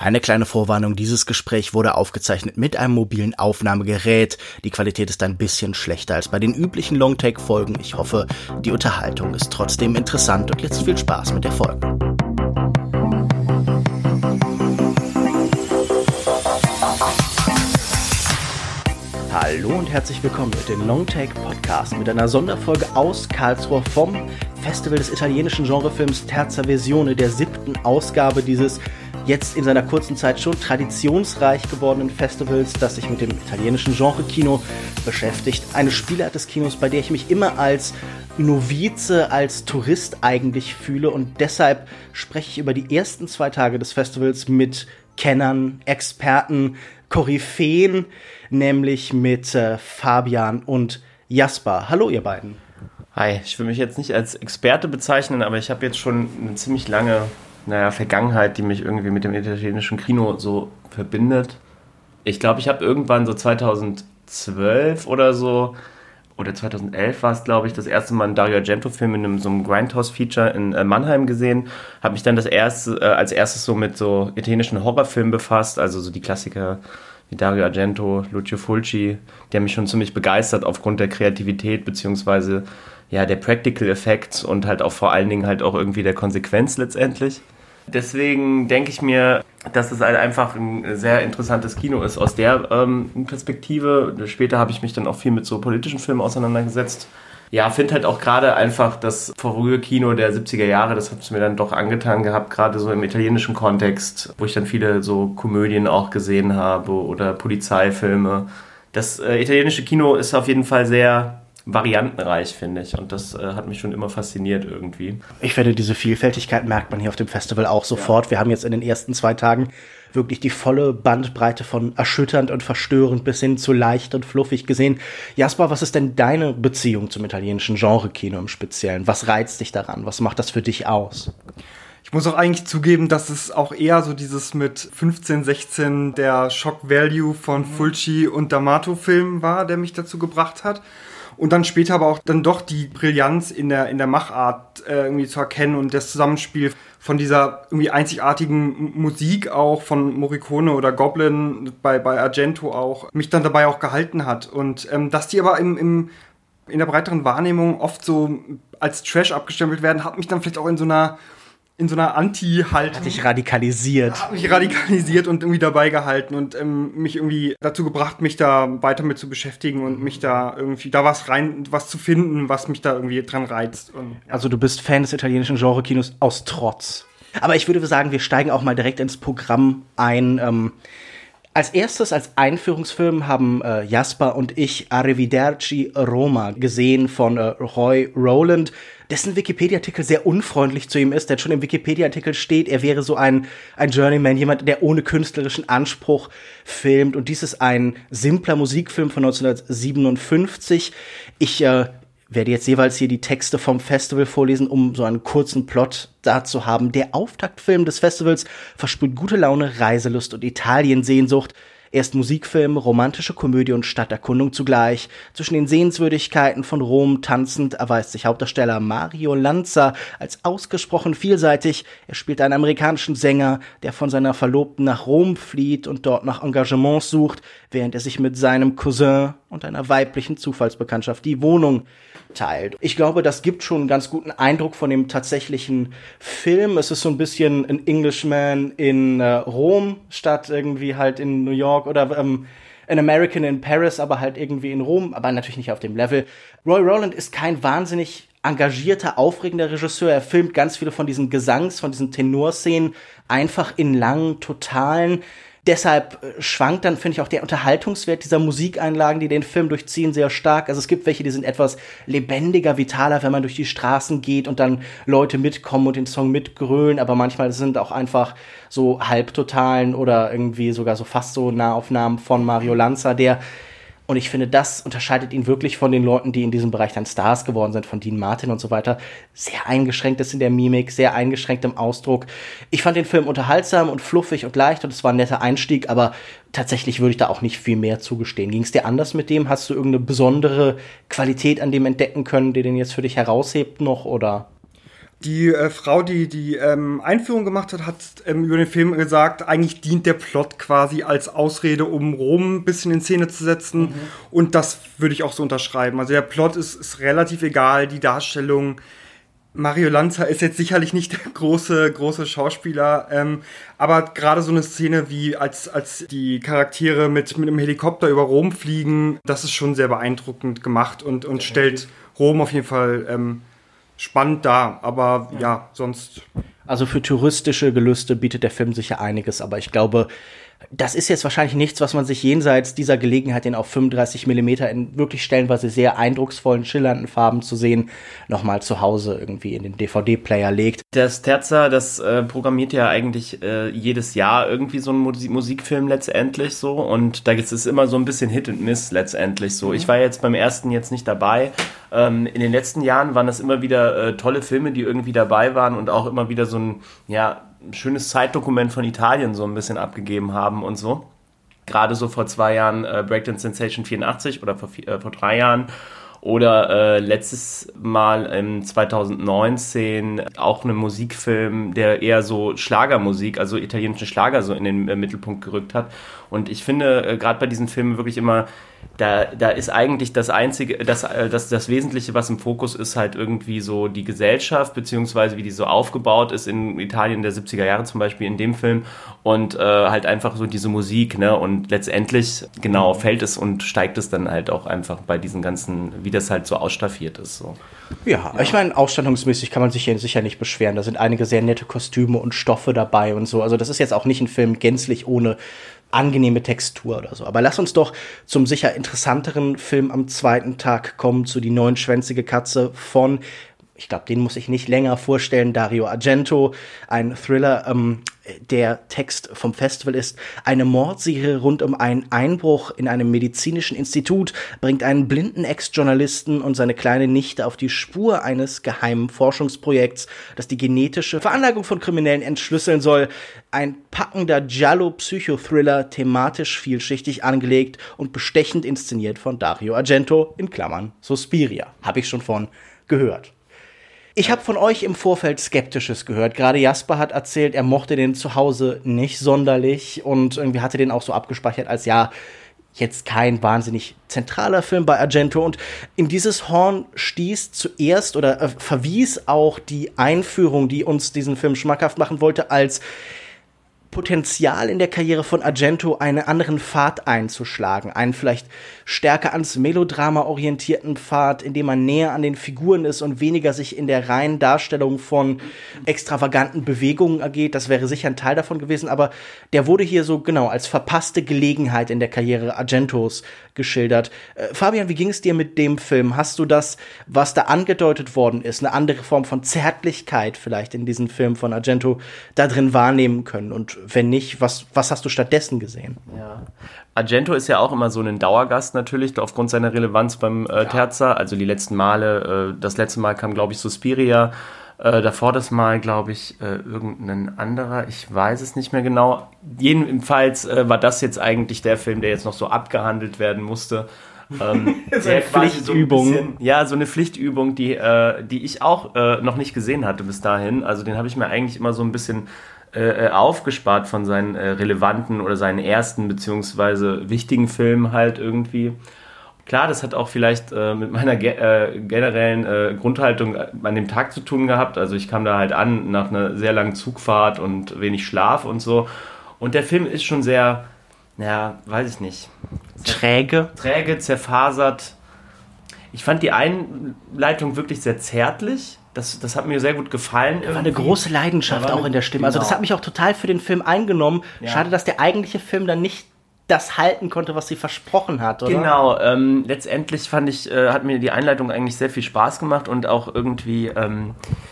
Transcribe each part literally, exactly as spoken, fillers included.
Eine kleine Vorwarnung, dieses Gespräch wurde aufgezeichnet mit einem mobilen Aufnahmegerät. Die Qualität ist ein bisschen schlechter als bei den üblichen Longtake-Folgen. Ich hoffe, die Unterhaltung ist trotzdem interessant und jetzt viel Spaß mit der Folge. Hallo und herzlich willkommen mit dem Longtake Podcast mit einer Sonderfolge aus Karlsruhe vom Festival des italienischen Genrefilms Terza Visione, der siebten Ausgabe dieses jetzt in seiner kurzen Zeit schon traditionsreich gewordenen Festivals, das sich mit dem italienischen Genre-Kino beschäftigt. Eine Spielart des Kinos, bei der ich mich immer als Novize, als Tourist eigentlich fühle, und deshalb spreche ich über die ersten zwei Tage des Festivals mit Kennern, Experten, Koryphäen, nämlich mit äh, Fabian und Jasper. Hallo ihr beiden. Hi, ich will mich jetzt nicht als Experte bezeichnen, aber ich habe jetzt schon eine ziemlich lange naja, Vergangenheit, die mich irgendwie mit dem italienischen Kino so verbindet. Ich glaube, ich habe irgendwann so zweitausendzwölf oder so, oder zweitausendelf war es, glaube ich, das erste Mal einen Dario Argento-Film in einem, so einem Grindhouse-Feature in äh, Mannheim gesehen. Habe mich dann das erste, äh, als erstes so mit so italienischen Horrorfilmen befasst, also so die Klassiker wie Dario Argento, Lucio Fulci, die haben mich schon ziemlich begeistert aufgrund der Kreativität beziehungsweise ja, der Practical Effects und halt auch vor allen Dingen halt auch irgendwie der Konsequenz letztendlich. Deswegen denke ich mir, dass es halt einfach ein sehr interessantes Kino ist aus der ähm, Perspektive. Später habe ich mich dann auch viel mit so politischen Filmen auseinandergesetzt. Ja, finde halt auch gerade einfach das frühe Kino der siebziger Jahre, das hat es mir dann doch angetan gehabt, gerade so im italienischen Kontext, wo ich dann viele so Komödien auch gesehen habe oder Polizeifilme. Das äh, italienische Kino ist auf jeden Fall sehr variantenreich, finde ich. Und das äh, hat mich schon immer fasziniert irgendwie. Ich finde, diese Vielfältigkeit merkt man hier auf dem Festival auch sofort. Ja. Wir haben jetzt in den ersten zwei Tagen wirklich die volle Bandbreite von erschütternd und verstörend bis hin zu leicht und fluffig gesehen. Jasper, was ist denn deine Beziehung zum italienischen Genre-Kino im Speziellen? Was reizt dich daran? Was macht das für dich aus? Ich muss auch eigentlich zugeben, dass es auch eher so dieses mit fünfzehn, sechzehn der Shock-Value von Fulci und D'Amato-Filmen war, der mich dazu gebracht hat. Und dann später aber auch dann doch die Brillanz in der, in der Machart äh, irgendwie zu erkennen und das Zusammenspiel von dieser irgendwie einzigartigen Musik auch von Morricone oder Goblin bei, bei Argento auch, mich dann dabei auch gehalten hat. Und ähm, dass die aber im, im, in der breiteren Wahrnehmung oft so als Trash abgestempelt werden, hat mich dann vielleicht auch in so einer in so einer Anti-Haltung. Hat dich radikalisiert. Hat mich radikalisiert und irgendwie dabei gehalten und ähm, mich irgendwie dazu gebracht, mich da weiter mit zu beschäftigen und mich da irgendwie, da was rein, was zu finden, was mich da irgendwie dran reizt. Und, ja. Also du bist Fan des italienischen Genre-Kinos aus Trotz. Aber ich würde sagen, wir steigen auch mal direkt ins Programm ein. Ähm, als erstes, als Einführungsfilm haben äh, Jasper und ich Arrivederci Roma gesehen von äh, Roy Rowland, dessen Wikipedia-Artikel sehr unfreundlich zu ihm ist, denn schon im Wikipedia-Artikel steht, er wäre so ein, ein Journeyman, jemand, der ohne künstlerischen Anspruch filmt. Und dies ist ein simpler Musikfilm von neunzehnhundertsiebenundfünfzig. Ich äh, werde jetzt jeweils hier die Texte vom Festival vorlesen, um so einen kurzen Plot da zu haben. Der Auftaktfilm des Festivals versprüht gute Laune, Reiselust und Italiensehnsucht. Er ist Musikfilm, romantische Komödie und Stadterkundung zugleich. Zwischen den Sehenswürdigkeiten von Rom tanzend erweist sich Hauptdarsteller Mario Lanza als ausgesprochen vielseitig. Er spielt einen amerikanischen Sänger, der von seiner Verlobten nach Rom flieht und dort nach Engagements sucht, während er sich mit seinem Cousin und einer weiblichen Zufallsbekanntschaft die Wohnung teilt. Ich glaube, das gibt schon einen ganz guten Eindruck von dem tatsächlichen Film. Es ist so ein bisschen ein Englishman in äh, Rom statt irgendwie halt in New York oder ähm, An American in Paris, aber halt irgendwie in Rom, aber natürlich nicht auf dem Level. Roy Rowland ist kein wahnsinnig engagierter, aufregender Regisseur. Er filmt ganz viele von diesen Gesangs-, von diesen Tenorszenen einfach in langen, totalen. Deshalb schwankt dann, finde ich, auch der Unterhaltungswert dieser Musikeinlagen, die den Film durchziehen, sehr stark. Also es gibt welche, die sind etwas lebendiger, vitaler, wenn man durch die Straßen geht und dann Leute mitkommen und den Song mitgrölen. Aber manchmal sind auch einfach so halbtotalen oder irgendwie sogar so fast so Nahaufnahmen von Mario Lanza, der Und ich finde, das unterscheidet ihn wirklich von den Leuten, die in diesem Bereich dann Stars geworden sind, von Dean Martin und so weiter. Sehr eingeschränkt ist in der Mimik, sehr eingeschränkt im Ausdruck. Ich fand den Film unterhaltsam und fluffig und leicht und es war ein netter Einstieg, aber tatsächlich würde ich da auch nicht viel mehr zugestehen. Ging es dir anders mit dem? Hast du irgendeine besondere Qualität an dem entdecken können, die den jetzt für dich heraushebt noch, oder? Die äh, Frau, die die ähm, Einführung gemacht hat, hat ähm, über den Film gesagt, eigentlich dient der Plot quasi als Ausrede, um Rom ein bisschen in Szene zu setzen. Mhm. Und das würde ich auch so unterschreiben. Also der Plot ist, ist relativ egal, die Darstellung. Mario Lanza ist jetzt sicherlich nicht der große, große Schauspieler, ähm, aber gerade so eine Szene wie als, als die Charaktere mit, mit einem Helikopter über Rom fliegen, das ist schon sehr beeindruckend gemacht und, und stellt Rom auf jeden Fall ähm, spannend dar, aber ja. ja, sonst... Also für touristische Gelüste bietet der Film sicher einiges, aber ich glaube, das ist jetzt wahrscheinlich nichts, was man sich jenseits dieser Gelegenheit, den auf fünfunddreißig Millimeter in wirklich stellenweise sehr eindrucksvollen, schillernden Farben zu sehen, nochmal zu Hause irgendwie in den D V D-Player legt. Das Terza, das äh, programmiert ja eigentlich äh, jedes Jahr irgendwie so einen Musik- Musikfilm letztendlich so, und da ist es immer so ein bisschen Hit and Miss letztendlich so. Mhm. Ich war jetzt beim ersten jetzt nicht dabei. Ähm, in den letzten Jahren waren das immer wieder äh, tolle Filme, die irgendwie dabei waren und auch immer wieder so ein, ja, schönes Zeitdokument von Italien so ein bisschen abgegeben haben und so. Gerade so vor zwei Jahren äh, Breakdance Sensation vierundachtzig oder vor, äh, vor drei Jahren oder äh, letztes Mal im zwanzig neunzehn auch ein Musikfilm, der eher so Schlagermusik, also italienische Schlager so in den äh, Mittelpunkt gerückt hat. Und ich finde äh, gerade bei diesen Filmen wirklich immer, da, da ist eigentlich das Einzige, das, das, das Wesentliche, was im Fokus ist, halt irgendwie so die Gesellschaft, beziehungsweise wie die so aufgebaut ist in Italien der siebziger Jahre zum Beispiel in dem Film, und äh, halt einfach so diese Musik, ne, und letztendlich, genau, fällt es und steigt es dann halt auch einfach bei diesen ganzen, wie das halt so ausstaffiert ist, so. Ja, ja. Ich meine, ausstattungsmäßig kann man sich hier sicher nicht beschweren. Da sind einige sehr nette Kostüme und Stoffe dabei und so. Also das ist jetzt auch nicht ein Film gänzlich ohne angenehme Textur oder so. Aber lass uns doch zum sicher interessanteren Film am zweiten Tag kommen, zu Die neunschwänzige Katze von, ich glaube, den muss ich nicht länger vorstellen, Dario Argento, ein Thriller. Ähm, der Text vom Festival ist: Eine Mordserie rund um einen Einbruch in einem medizinischen Institut bringt einen blinden Ex-Journalisten und seine kleine Nichte auf die Spur eines geheimen Forschungsprojekts, das die genetische Veranlagung von Kriminellen entschlüsseln soll. Ein packender Giallo-Psychothriller, thematisch vielschichtig angelegt und bestechend inszeniert von Dario Argento, in Klammern Suspiria. Habe ich schon von gehört. Ich habe von euch im Vorfeld Skeptisches gehört. Gerade Jasper hat erzählt, er mochte den zu Hause nicht sonderlich und irgendwie hatte den auch so abgespeichert als, ja, jetzt kein wahnsinnig zentraler Film bei Argento. Und in dieses Horn stieß zuerst oder äh, verwies auch die Einführung, die uns diesen Film schmackhaft machen wollte, als Potenzial in der Karriere von Argento, einen anderen Pfad einzuschlagen, einen vielleicht stärker ans Melodrama orientierten Pfad, in dem man näher an den Figuren ist und weniger sich in der reinen Darstellung von extravaganten Bewegungen ergeht. Das wäre sicher ein Teil davon gewesen, aber der wurde hier so genau als verpasste Gelegenheit in der Karriere Argentos geschildert. Äh, Fabian, wie ging es dir mit dem Film? Hast du das, was da angedeutet worden ist, eine andere Form von Zärtlichkeit vielleicht in diesem Film von Argento da drin wahrnehmen können? Und wenn nicht, was, was hast du stattdessen gesehen? Ja. Argento ist ja auch immer so ein Dauergast natürlich, aufgrund seiner Relevanz beim äh, Terza. Also die letzten Male, äh, das letzte Mal kam, glaube ich, Suspiria. Äh, davor das Mal, glaube ich, äh, irgendein anderer, ich weiß es nicht mehr genau. Jedenfalls äh, war das jetzt eigentlich der Film, der jetzt noch so abgehandelt werden musste. Ähm, so eine Pflichtübung. So ein bisschen, ja, so eine Pflichtübung, die, äh, die ich auch äh, noch nicht gesehen hatte bis dahin. Also den habe ich mir eigentlich immer so ein bisschen äh, aufgespart von seinen äh, relevanten oder seinen ersten beziehungsweise wichtigen Filmen halt irgendwie. Klar, das hat auch vielleicht äh, mit meiner ge- äh, generellen äh, Grundhaltung an dem Tag zu tun gehabt. Also ich kam da halt an nach einer sehr langen Zugfahrt und wenig Schlaf und so. Und der Film ist schon sehr, naja, weiß ich nicht. Träge. Träge, zerfasert. Ich fand die Einleitung wirklich sehr zärtlich. Das, das hat mir sehr gut gefallen. Da war eine große Leidenschaft auch in der Stimme. Genau. Also das hat mich auch total für den Film eingenommen. Ja. Schade, dass der eigentliche Film dann nicht das halten konnte, was sie versprochen hat, oder? Genau, ähm, letztendlich fand ich, äh, hat mir die Einleitung eigentlich sehr viel Spaß gemacht und auch irgendwie ähm,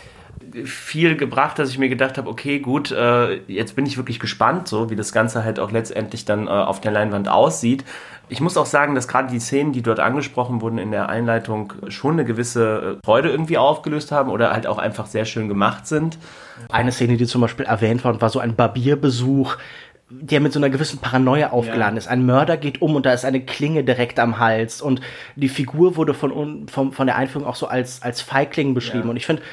viel gebracht, dass ich mir gedacht habe, okay, gut, äh, jetzt bin ich wirklich gespannt, so wie das Ganze halt auch letztendlich dann äh, auf der Leinwand aussieht. Ich muss auch sagen, dass gerade die Szenen, die dort angesprochen wurden in der Einleitung, schon eine gewisse Freude irgendwie aufgelöst haben oder halt auch einfach sehr schön gemacht sind. Eine Szene, die zum Beispiel erwähnt war, war so ein Barbierbesuch, der mit so einer gewissen Paranoia aufgeladen ja. ist. Ein Mörder geht um und da ist eine Klinge direkt am Hals und die Figur wurde von, von, von der Einführung auch so als, als Feigling beschrieben. Ja. Und ich finde,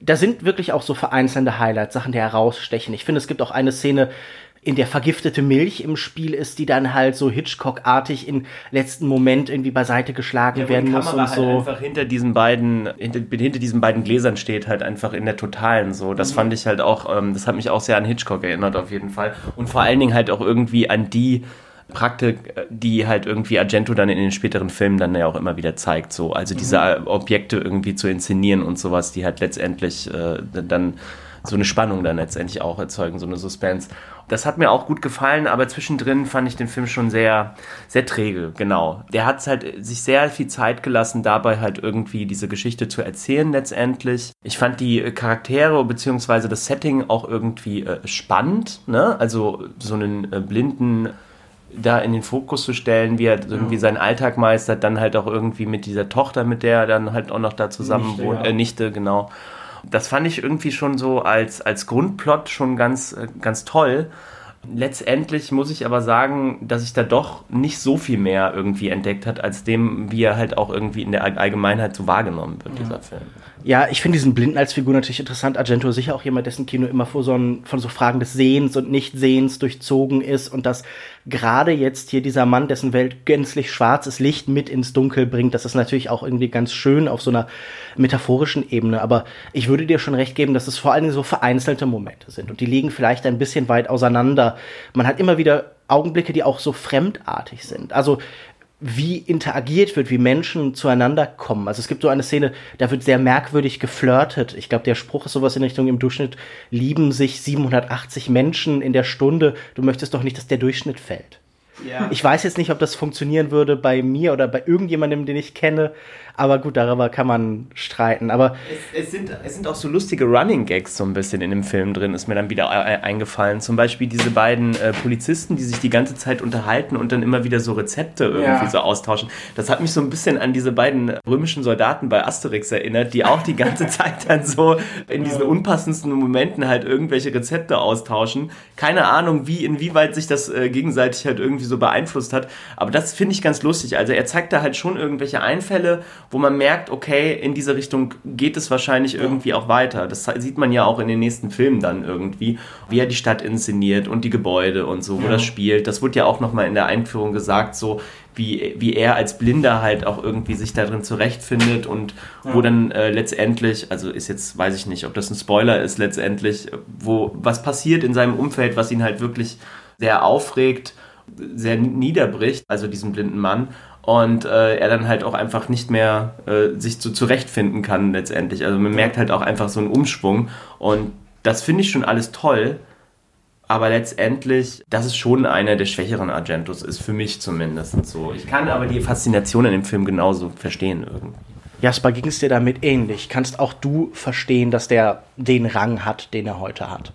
da sind wirklich auch so vereinzelte Highlights, Sachen, die herausstechen. Ich finde, es gibt auch eine Szene, in der vergiftete Milch im Spiel ist, die dann halt so Hitchcock-artig im letzten Moment irgendwie beiseite geschlagen ja, werden muss und halt so. Einfach hinter diesen beiden, hinter, hinter diesen beiden Gläsern steht halt einfach in der Totalen so. Das mhm. fand ich halt auch, ähm, das hat mich auch sehr an Hitchcock erinnert auf jeden Fall. Und vor allen Dingen halt auch irgendwie an die Praktik, die halt irgendwie Argento dann in den späteren Filmen dann ja auch immer wieder zeigt. So. Also diese mhm. Objekte irgendwie zu inszenieren und sowas, die halt letztendlich äh, dann so eine Spannung dann letztendlich auch erzeugen, so eine Suspense. Das hat mir auch gut gefallen, aber zwischendrin fand ich den Film schon sehr, sehr träge, genau. Der hat halt sich sehr viel Zeit gelassen, dabei halt irgendwie diese Geschichte zu erzählen letztendlich. Ich fand die Charaktere bzw. das Setting auch irgendwie äh, spannend, ne? Also so einen äh, Blinden da in den Fokus zu stellen, wie er irgendwie seinen Alltag meistert, dann halt auch irgendwie mit dieser Tochter, mit der er dann halt auch noch da zusammen Nichte, wohnt, ja. äh, Nichte, genau. Das fand ich irgendwie schon so als, als Grundplot schon ganz, ganz toll. Letztendlich muss ich aber sagen, dass ich da doch nicht so viel mehr irgendwie entdeckt hat, als dem, wie er halt auch irgendwie in der Allgemeinheit so wahrgenommen wird, ja. dieser Film. Ja, ich finde diesen Blinden als Figur natürlich interessant. Argento ist sicher auch jemand, dessen Kino immer vor so ein, von so Fragen des Sehens und Nichtsehens durchzogen ist und dass gerade jetzt hier dieser Mann, dessen Welt gänzlich schwarz ist, Licht mit ins Dunkel bringt. Das ist natürlich auch irgendwie ganz schön auf so einer metaphorischen Ebene. Aber ich würde dir schon recht geben, dass es vor allen Dingen so vereinzelte Momente sind und die liegen vielleicht ein bisschen weit auseinander. Man hat immer wieder Augenblicke, die auch so fremdartig sind. Also wie interagiert wird, wie Menschen zueinander kommen. Also es gibt so eine Szene, da wird sehr merkwürdig geflirtet. Ich glaube, der Spruch ist sowas in Richtung, im Durchschnitt lieben sich siebenhundertachtzig Menschen in der Stunde. Du möchtest doch nicht, dass der Durchschnitt fällt. Ja. Ich weiß jetzt nicht, ob das funktionieren würde bei mir oder bei irgendjemandem, den ich kenne. Aber gut, darüber kann man streiten. Aber es, es, sind, es sind auch so lustige Running Gags so ein bisschen in dem Film drin, ist mir dann wieder e- eingefallen. Zum Beispiel diese beiden äh, Polizisten, die sich die ganze Zeit unterhalten und dann immer wieder so Rezepte irgendwie ja. so austauschen. Das hat mich so ein bisschen an diese beiden römischen Soldaten bei Asterix erinnert, die auch die ganze Zeit dann so in diesen unpassendsten Momenten halt irgendwelche Rezepte austauschen. Keine Ahnung, wie, inwieweit sich das äh, gegenseitig halt irgendwie so beeinflusst hat. Aber das finde ich ganz lustig. Also er zeigt da halt schon irgendwelche Einfälle, wo man merkt, okay, in diese Richtung geht es wahrscheinlich irgendwie auch weiter. Das sieht man ja auch in den nächsten Filmen dann irgendwie, wie er die Stadt inszeniert und die Gebäude und so, wo ja. das spielt. Das wurde ja auch nochmal in der Einführung gesagt, so wie, wie er als Blinder halt auch irgendwie sich da drin zurechtfindet und ja. wo dann äh, letztendlich, also ist jetzt, weiß ich nicht, ob das ein Spoiler ist letztendlich, wo was passiert in seinem Umfeld, was ihn halt wirklich sehr aufregt, sehr niederbricht, also diesen blinden Mann. Und äh, er dann halt auch einfach nicht mehr äh, sich so zurechtfinden kann letztendlich. Also man merkt halt auch einfach so einen Umschwung. Und das finde ich schon alles toll. Aber letztendlich, das ist schon einer der schwächeren Argentos, ist für mich zumindest so. Ich kann aber die Faszination in dem Film genauso verstehen irgendwie. Jasper, ging es dir damit ähnlich? Kannst auch du verstehen, dass der den Rang hat, den er heute hat?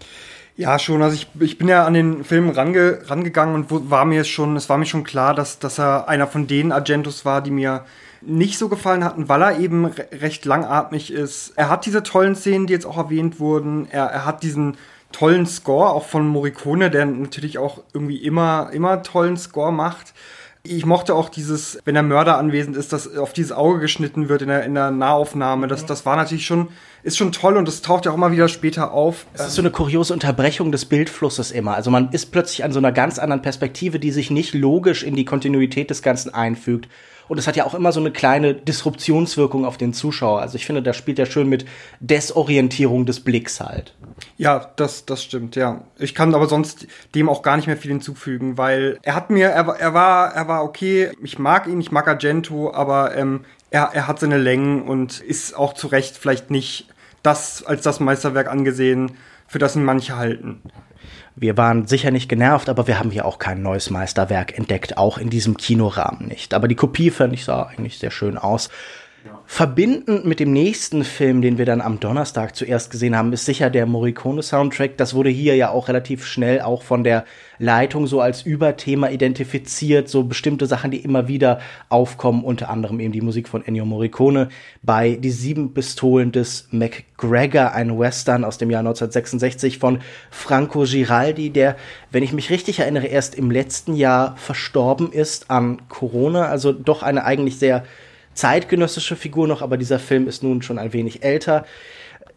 Ja, schon. Also ich, ich bin ja an den Film range, rangegangen und wo, war mir schon, es war mir schon klar, dass, dass er einer von den Argentos war, die mir nicht so gefallen hatten, weil er eben re- recht langatmig ist. Er hat diese tollen Szenen, die jetzt auch erwähnt wurden. Er, er hat diesen tollen Score, auch von Morricone, der natürlich auch irgendwie immer, immer tollen Score macht. Ich mochte auch dieses, wenn der Mörder anwesend ist, dass auf dieses Auge geschnitten wird in der, in der Nahaufnahme. Das, das war natürlich schon, ist schon toll und das taucht ja auch immer wieder später auf. Es ist so eine kuriose Unterbrechung des Bildflusses immer. Also man ist plötzlich an so einer ganz anderen Perspektive, die sich nicht logisch in die Kontinuität des Ganzen einfügt. Und es hat ja auch immer so eine kleine Disruptionswirkung auf den Zuschauer. Also ich finde, das spielt ja schön mit Desorientierung des Blicks halt. Ja, das, das stimmt, ja. Ich kann aber sonst dem auch gar nicht mehr viel hinzufügen, weil er hat mir, er, er war, er war okay. Ich mag ihn, ich mag Argento, aber ähm, er, er hat seine Längen und ist auch zu Recht vielleicht nicht das als das Meisterwerk angesehen, für das ihn manche halten. Wir waren sicher nicht genervt, aber wir haben hier auch kein neues Meisterwerk entdeckt, auch in diesem Kinorahmen nicht. Aber die Kopie, fand ich, sah eigentlich sehr schön aus. Ja. Verbindend mit dem nächsten Film, den wir dann am Donnerstag zuerst gesehen haben, ist sicher der Morricone-Soundtrack. Das wurde hier ja auch relativ schnell auch von der Leitung so als Überthema identifiziert, so bestimmte Sachen, die immer wieder aufkommen, unter anderem eben die Musik von Ennio Morricone bei Die sieben Pistolen des MacGregor, ein Western aus dem Jahr neunzehnhundertsechsundsechzig von Franco Giraldi, der, wenn ich mich richtig erinnere, erst im letzten Jahr verstorben ist an Corona, also doch eine eigentlich sehr zeitgenössische Figur noch, aber dieser Film ist nun schon ein wenig älter.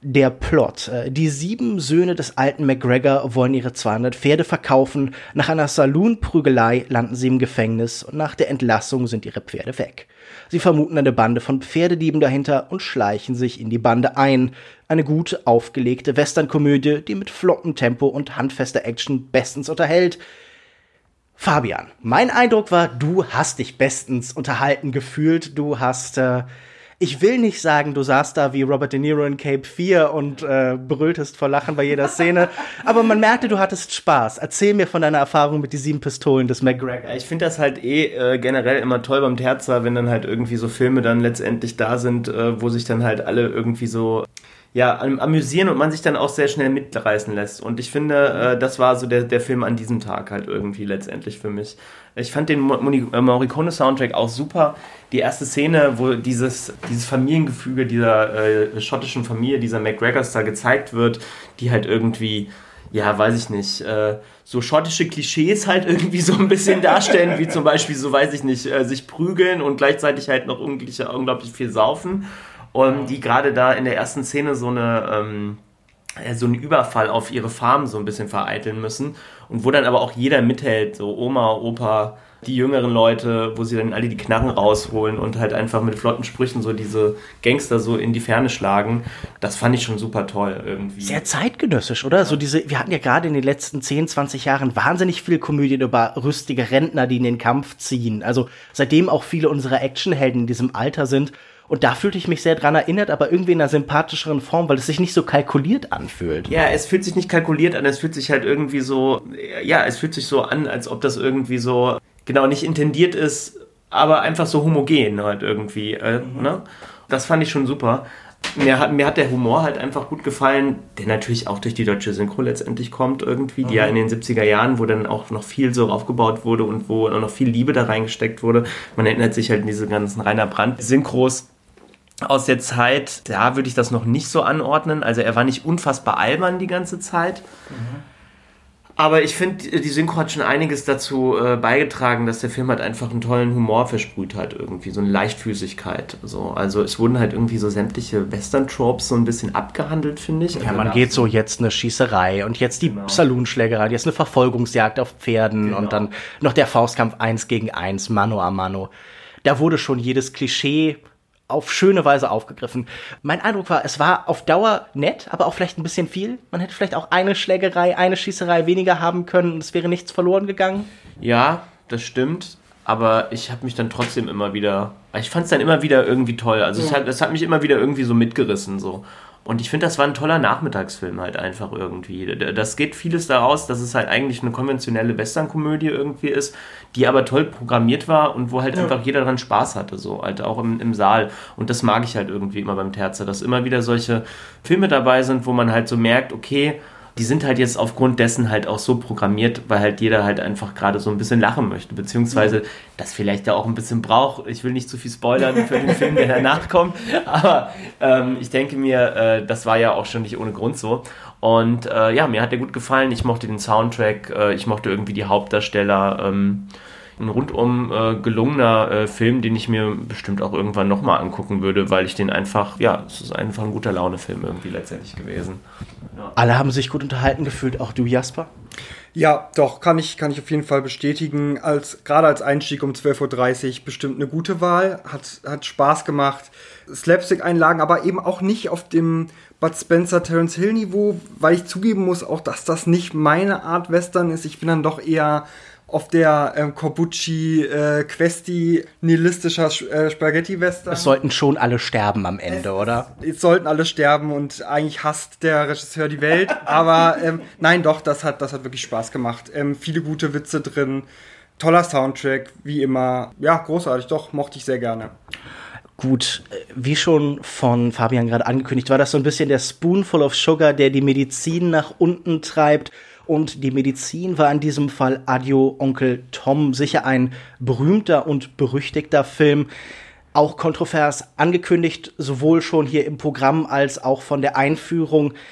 Der Plot. Die sieben Söhne des alten McGregor wollen ihre zweihundert Pferde verkaufen. Nach einer Saloon-Prügelei landen sie im Gefängnis und nach der Entlassung sind ihre Pferde weg. Sie vermuten eine Bande von Pferdedieben dahinter und schleichen sich in die Bande ein. Eine gut aufgelegte Westernkomödie, die mit flottem Tempo und handfester Action bestens unterhält. Fabian, mein Eindruck war, du hast dich bestens unterhalten gefühlt. Du hast... Äh, Ich will nicht sagen, du saßt da wie Robert De Niro in Cape vier und äh, brülltest vor Lachen bei jeder Szene, aber man merkte, du hattest Spaß. Erzähl mir von deiner Erfahrung mit den sieben Pistolen des McGregor. Ich finde das halt eh äh, generell immer toll beim Terza, wenn dann halt irgendwie so Filme dann letztendlich da sind, äh, wo sich dann halt alle irgendwie so ja, amüsieren und man sich dann auch sehr schnell mitreißen lässt. Und ich finde, äh, das war so der, der Film an diesem Tag halt irgendwie letztendlich für mich. Ich fand den Morricone-Soundtrack auch super. Die erste Szene, wo dieses, dieses Familiengefüge dieser äh, schottischen Familie, dieser McGregors da gezeigt wird, die halt irgendwie, ja, weiß ich nicht, äh, so schottische Klischees halt irgendwie so ein bisschen darstellen, wie zum Beispiel, so weiß ich nicht, äh, sich prügeln und gleichzeitig halt noch unglaublich, unglaublich viel saufen. Und die gerade da in der ersten Szene so eine ähm, so einen Überfall auf ihre Farm so ein bisschen vereiteln müssen und wo dann aber auch jeder mithält, so Oma, Opa, die jüngeren Leute, wo sie dann alle die Knarren rausholen und halt einfach mit flotten Sprüchen so diese Gangster so in die Ferne schlagen. Das fand ich schon super toll irgendwie. Sehr zeitgenössisch, oder? So diese, wir hatten ja gerade in den letzten zehn, zwanzig Jahren wahnsinnig viele Komödien über rüstige Rentner, die in den Kampf ziehen. Also seitdem auch viele unserer Actionhelden in diesem Alter sind. Und da fühlte ich mich sehr dran erinnert, aber irgendwie in einer sympathischeren Form, weil es sich nicht so kalkuliert anfühlt. Ja, es fühlt sich nicht kalkuliert an, es fühlt sich halt irgendwie so, ja, es fühlt sich so an, als ob das irgendwie so, genau, nicht intendiert ist, aber einfach so homogen halt irgendwie, äh, mhm. ne? Das fand ich schon super. Mir hat, mir hat der Humor halt einfach gut gefallen, der natürlich auch durch die deutsche Synchro letztendlich kommt irgendwie, die mhm. ja in den siebziger Jahren, wo dann auch noch viel so aufgebaut wurde und wo noch viel Liebe da reingesteckt wurde. Man erinnert sich halt an diese ganzen Rainer Brandt-Synchros aus der Zeit, da würde ich das noch nicht so anordnen. Also er war nicht unfassbar albern die ganze Zeit. Mhm. Aber ich finde, die Synchro hat schon einiges dazu äh, beigetragen, dass der Film halt einfach einen tollen Humor versprüht hat irgendwie, so eine Leichtfüßigkeit. So. Also es wurden halt irgendwie so sämtliche Western-Tropes so ein bisschen abgehandelt, finde ich. Ja, also man geht so jetzt eine Schießerei und jetzt die genau. Saloonschlägerei, jetzt eine Verfolgungsjagd auf Pferden genau. und dann noch der Faustkampf eins gegen eins, Mano a Mano. Da wurde schon jedes Klischee auf schöne Weise aufgegriffen. Mein Eindruck war, es war auf Dauer nett, aber auch vielleicht ein bisschen viel. Man hätte vielleicht auch eine Schlägerei, eine Schießerei weniger haben können und es wäre nichts verloren gegangen. Ja, das stimmt, aber ich habe mich dann trotzdem immer wieder, ich fand es dann immer wieder irgendwie toll. Also ja. es, hat, es hat mich immer wieder irgendwie so mitgerissen so. Und ich finde, das war ein toller Nachmittagsfilm halt einfach irgendwie. Das geht vieles daraus, dass es halt eigentlich eine konventionelle Westernkomödie irgendwie ist, die aber toll programmiert war und wo halt ja. einfach jeder dran Spaß hatte, so halt auch im, im Saal. Und das mag ich halt irgendwie immer beim Terza, dass immer wieder solche Filme dabei sind, wo man halt so merkt, okay, die sind halt jetzt aufgrund dessen halt auch so programmiert, weil halt jeder halt einfach gerade so ein bisschen lachen möchte, beziehungsweise mhm. das vielleicht ja auch ein bisschen braucht. Ich will nicht zu viel spoilern für den Film, der danach kommt, aber ähm, ich denke mir, äh, das war ja auch schon nicht ohne Grund so. Und äh, ja, mir hat der gut gefallen, ich mochte den Soundtrack, äh, ich mochte irgendwie die Hauptdarsteller, ähm, ein rundum äh, gelungener äh, Film, den ich mir bestimmt auch irgendwann nochmal angucken würde, weil ich den einfach, ja, es ist einfach ein guter Laune-Film irgendwie letztendlich gewesen. Ja. Alle haben sich gut unterhalten gefühlt, auch du, Jasper? Ja, doch, kann ich, kann ich auf jeden Fall bestätigen. Als, gerade als Einstieg um zwölf Uhr dreißig bestimmt eine gute Wahl, hat, hat Spaß gemacht. Slapstick-Einlagen, aber eben auch nicht auf dem Bud Spencer, Terence Hill Niveau, weil ich zugeben muss auch, dass das nicht meine Art Western ist. Ich bin dann doch eher auf der ähm, Corbucci, äh, Questi, nihilistischer äh, Spaghetti-Western. Es sollten schon alle sterben am Ende, es, oder? Es sollten alle sterben und eigentlich hasst der Regisseur die Welt. Aber ähm, nein, doch, das hat, das hat wirklich Spaß gemacht. Ähm, viele gute Witze drin, toller Soundtrack, wie immer. Ja, großartig, doch, mochte ich sehr gerne. Gut, wie schon von Fabian gerade angekündigt, war das so ein bisschen der Spoonful of Sugar, der die Medizin nach unten treibt. Und die Medizin war in diesem Fall Adio, Onkel Tom, sicher ein berühmter und berüchtigter Film. Auch kontrovers angekündigt, sowohl schon hier im Programm als auch von der Einführung.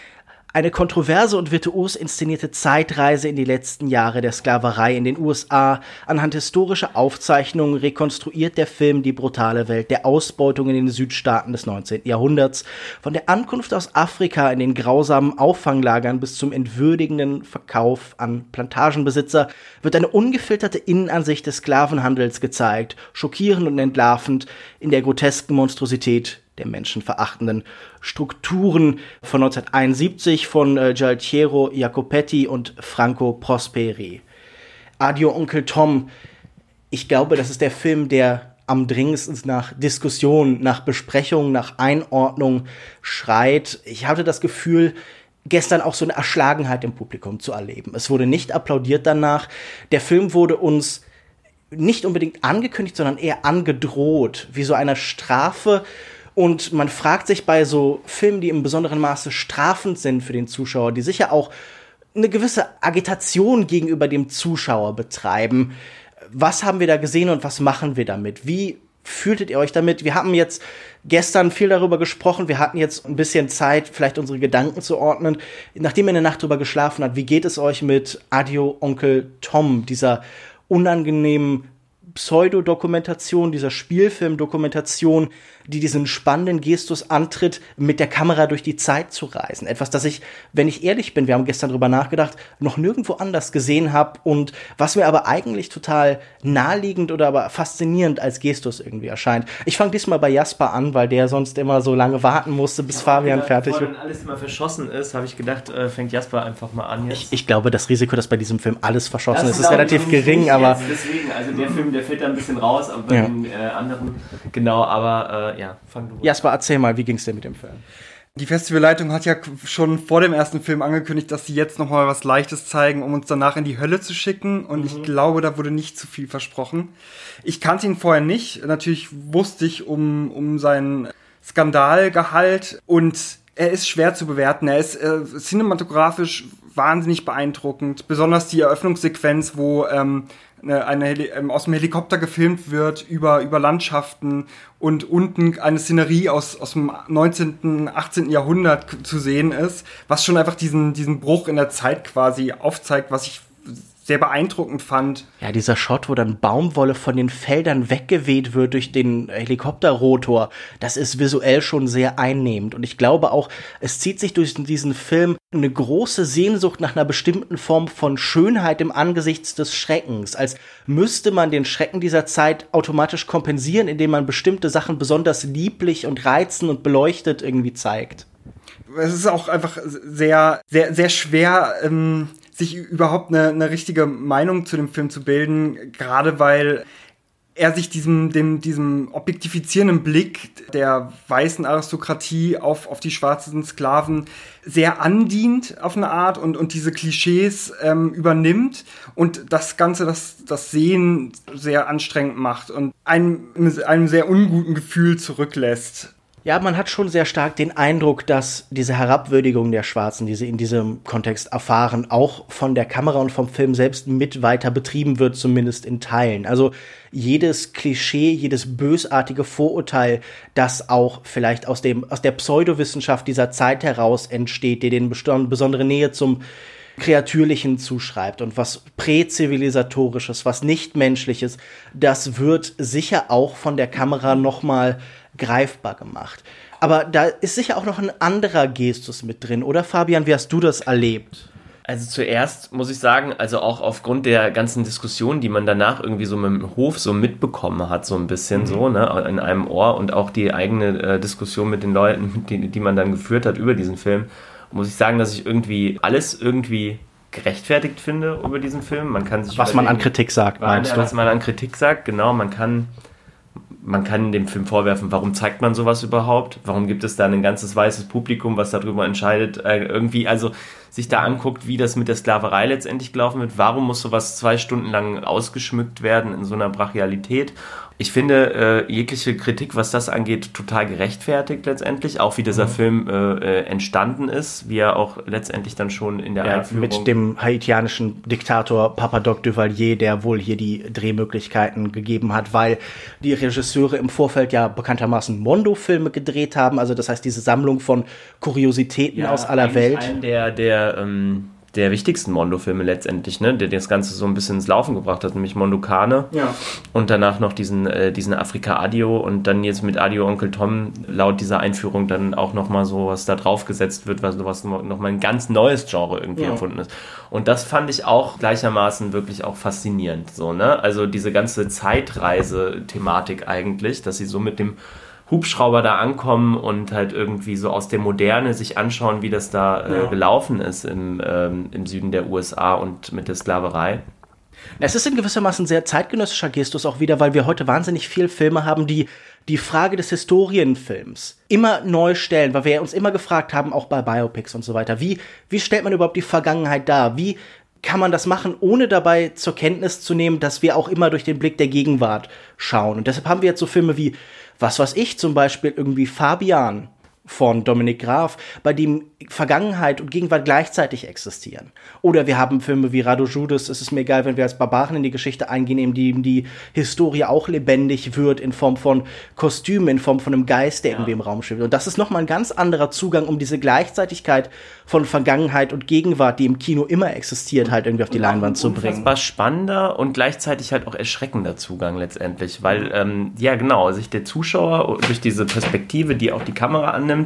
Eine kontroverse und virtuos inszenierte Zeitreise in die letzten Jahre der Sklaverei in den U S A. Anhand historischer Aufzeichnungen rekonstruiert der Film die brutale Welt der Ausbeutung in den Südstaaten des neunzehnten Jahrhunderts. Von der Ankunft aus Afrika in den grausamen Auffanglagern bis zum entwürdigenden Verkauf an Plantagenbesitzer wird eine ungefilterte Innenansicht des Sklavenhandels gezeigt, schockierend und entlarvend in der grotesken Monstrosität der menschenverachtenden Strukturen von neunzehnhunderteinundsiebzig von äh, Gualtiero Jacopetti und Franco Prosperi. Addio Onkel Tom, ich glaube, das ist der Film, der am dringendsten nach Diskussion, nach Besprechung, nach Einordnung schreit. Ich hatte das Gefühl, gestern auch so eine Erschlagenheit im Publikum zu erleben. Es wurde nicht applaudiert danach. Der Film wurde uns nicht unbedingt angekündigt, sondern eher angedroht, wie so eine Strafe. Und man fragt sich bei so Filmen, die im besonderen Maße strafend sind für den Zuschauer, die sicher auch eine gewisse Agitation gegenüber dem Zuschauer betreiben, was haben wir da gesehen und was machen wir damit? Wie fühltet ihr euch damit? Wir haben jetzt gestern viel darüber gesprochen, wir hatten jetzt ein bisschen Zeit, vielleicht unsere Gedanken zu ordnen. Nachdem ihr eine Nacht drüber geschlafen habt, wie geht es euch mit Addio Onkel Tom, dieser unangenehmen Pseudodokumentation, dieser Spielfilmdokumentation, die diesen spannenden Gestus antritt, mit der Kamera durch die Zeit zu reisen. Etwas, das ich, wenn ich ehrlich bin, wir haben gestern drüber nachgedacht, noch nirgendwo anders gesehen habe und was mir aber eigentlich total naheliegend oder aber faszinierend als Gestus irgendwie erscheint. Ich fange diesmal bei Jasper an, weil der sonst immer so lange warten musste, bis ja, Fabian gedacht, fertig wird. Bevor dann alles immer verschossen ist, habe ich gedacht, äh, fängt Jasper einfach mal an jetzt. Ich, ich glaube, das Risiko, dass bei diesem Film alles verschossen das ist, ist relativ gering, aber jetzt, deswegen, also der Film, der fällt da ein bisschen raus, aber bei ja. den äh, anderen, genau, aber äh, ja, fang du. Jasper, erzähl mal, wie ging es dir mit dem Film? Die Festivalleitung hat ja schon vor dem ersten Film angekündigt, dass sie jetzt noch mal was Leichtes zeigen, um uns danach in die Hölle zu schicken. Und mhm. ich glaube, da wurde nicht zu viel versprochen. Ich kannte ihn vorher nicht. Natürlich wusste ich um, um seinen Skandalgehalt. Und er ist schwer zu bewerten. Er ist äh, cinematografisch wahnsinnig beeindruckend. Besonders die Eröffnungssequenz, wo ähm, eine, eine Heli- ähm, aus dem Helikopter gefilmt wird über, über Landschaften und unten eine Szenerie aus, aus dem neunzehnten, achtzehnten Jahrhundert k- zu sehen ist, was schon einfach diesen, diesen Bruch in der Zeit quasi aufzeigt, was ich sehr beeindruckend fand. Ja, dieser Shot, wo dann Baumwolle von den Feldern weggeweht wird durch den Helikopterrotor, das ist visuell schon sehr einnehmend. Und ich glaube auch, es zieht sich durch diesen Film eine große Sehnsucht nach einer bestimmten Form von Schönheit im Angesicht des Schreckens. Als müsste man den Schrecken dieser Zeit automatisch kompensieren, indem man bestimmte Sachen besonders lieblich und reizend und beleuchtet irgendwie zeigt. Es ist auch einfach sehr, sehr, sehr schwer, ähm sich überhaupt eine, eine richtige Meinung zu dem Film zu bilden, gerade weil er sich diesem, dem, diesem objektifizierenden Blick der weißen Aristokratie auf, auf die schwarzen Sklaven sehr andient auf eine Art und, und diese Klischees ähm, übernimmt und das Ganze, das, das Sehen sehr anstrengend macht und einem, einem sehr unguten Gefühl zurücklässt. Ja, man hat schon sehr stark den Eindruck, dass diese Herabwürdigung der Schwarzen, die sie in diesem Kontext erfahren, auch von der Kamera und vom Film selbst mit weiter betrieben wird, zumindest in Teilen. Also jedes Klischee, jedes bösartige Vorurteil, das auch vielleicht aus dem aus der Pseudowissenschaft dieser Zeit heraus entsteht, die den besondere Nähe zum Kreatürlichen zuschreibt und was Präzivilisatorisches, was Nichtmenschliches, das wird sicher auch von der Kamera nochmal greifbar gemacht. Aber da ist sicher auch noch ein anderer Gestus mit drin, oder Fabian, wie hast du das erlebt? Also zuerst muss ich sagen, also auch aufgrund der ganzen Diskussion, die man danach irgendwie so mit dem Hof so mitbekommen hat, so ein bisschen mhm. so, ne, in einem Ohr und auch die eigene äh, Diskussion mit den Leuten, die, die man dann geführt hat über diesen Film, muss ich sagen, dass ich irgendwie alles irgendwie gerechtfertigt finde über diesen Film. Man kann sich was man an Kritik sagt, meinst du? Was man an Kritik sagt, genau. Man kann, man kann dem Film vorwerfen, warum zeigt man sowas überhaupt? Warum gibt es da ein ganzes weißes Publikum, was darüber entscheidet? Äh, irgendwie, also sich da anguckt, wie das mit der Sklaverei letztendlich gelaufen wird. Warum muss sowas zwei Stunden lang ausgeschmückt werden in so einer Brachialität? Ich finde äh, jegliche Kritik, was das angeht, total gerechtfertigt letztendlich. Auch wie dieser mhm. Film äh, entstanden ist, wie er auch letztendlich dann schon in der ja, Einführung... Mit dem haitianischen Diktator Papa-Doc Duvalier, der wohl hier die Drehmöglichkeiten gegeben hat, weil die Regisseure im Vorfeld ja bekanntermaßen Mondo-Filme gedreht haben. Also das heißt, diese Sammlung von Kuriositäten ja, aus aller Welt. Ein der... der ähm der wichtigsten Mondo-Filme letztendlich, ne, der das Ganze so ein bisschen ins Laufen gebracht hat, nämlich Mondo Cane. Ja. Und danach noch diesen, äh, diesen Afrika Adio und dann jetzt mit Adio Onkel Tom laut dieser Einführung dann auch nochmal so was da draufgesetzt wird, was, was nochmal ein ganz neues Genre irgendwie ja. erfunden ist. Und das fand ich auch gleichermaßen wirklich auch faszinierend, so, ne, also diese ganze Zeitreise-Thematik eigentlich, dass sie so mit dem Hubschrauber da ankommen und halt irgendwie so aus der Moderne sich anschauen, wie das da äh, ja. gelaufen ist im, ähm, im Süden der U S A und mit der Sklaverei. Es ist in gewissermaßen sehr zeitgenössischer Gestus auch wieder, weil wir heute wahnsinnig viele Filme haben, die die Frage des Historienfilms immer neu stellen, weil wir uns immer gefragt haben, auch bei Biopics und so weiter, wie, wie stellt man überhaupt die Vergangenheit dar? Wie kann man das machen, ohne dabei zur Kenntnis zu nehmen, dass wir auch immer durch den Blick der Gegenwart schauen? Und deshalb haben wir jetzt so Filme wie Was weiß ich, zum Beispiel irgendwie Fabian von Dominik Graf, bei dem Vergangenheit und Gegenwart gleichzeitig existieren. Oder wir haben Filme wie Rado Judas, es ist mir egal, wenn wir als Barbaren in die Geschichte eingehen, in dem die Historie auch lebendig wird in Form von Kostümen, in Form von einem Geist, der ja. irgendwie im Raum schwebt. Und das ist nochmal ein ganz anderer Zugang, um diese Gleichzeitigkeit von Vergangenheit und Gegenwart, die im Kino immer existiert, halt irgendwie auf die und Leinwand zu bringen. Das war spannender und gleichzeitig halt auch erschreckender Zugang letztendlich, weil, ähm, ja genau, sich der Zuschauer durch diese Perspektive, die auch die Kamera annimmt,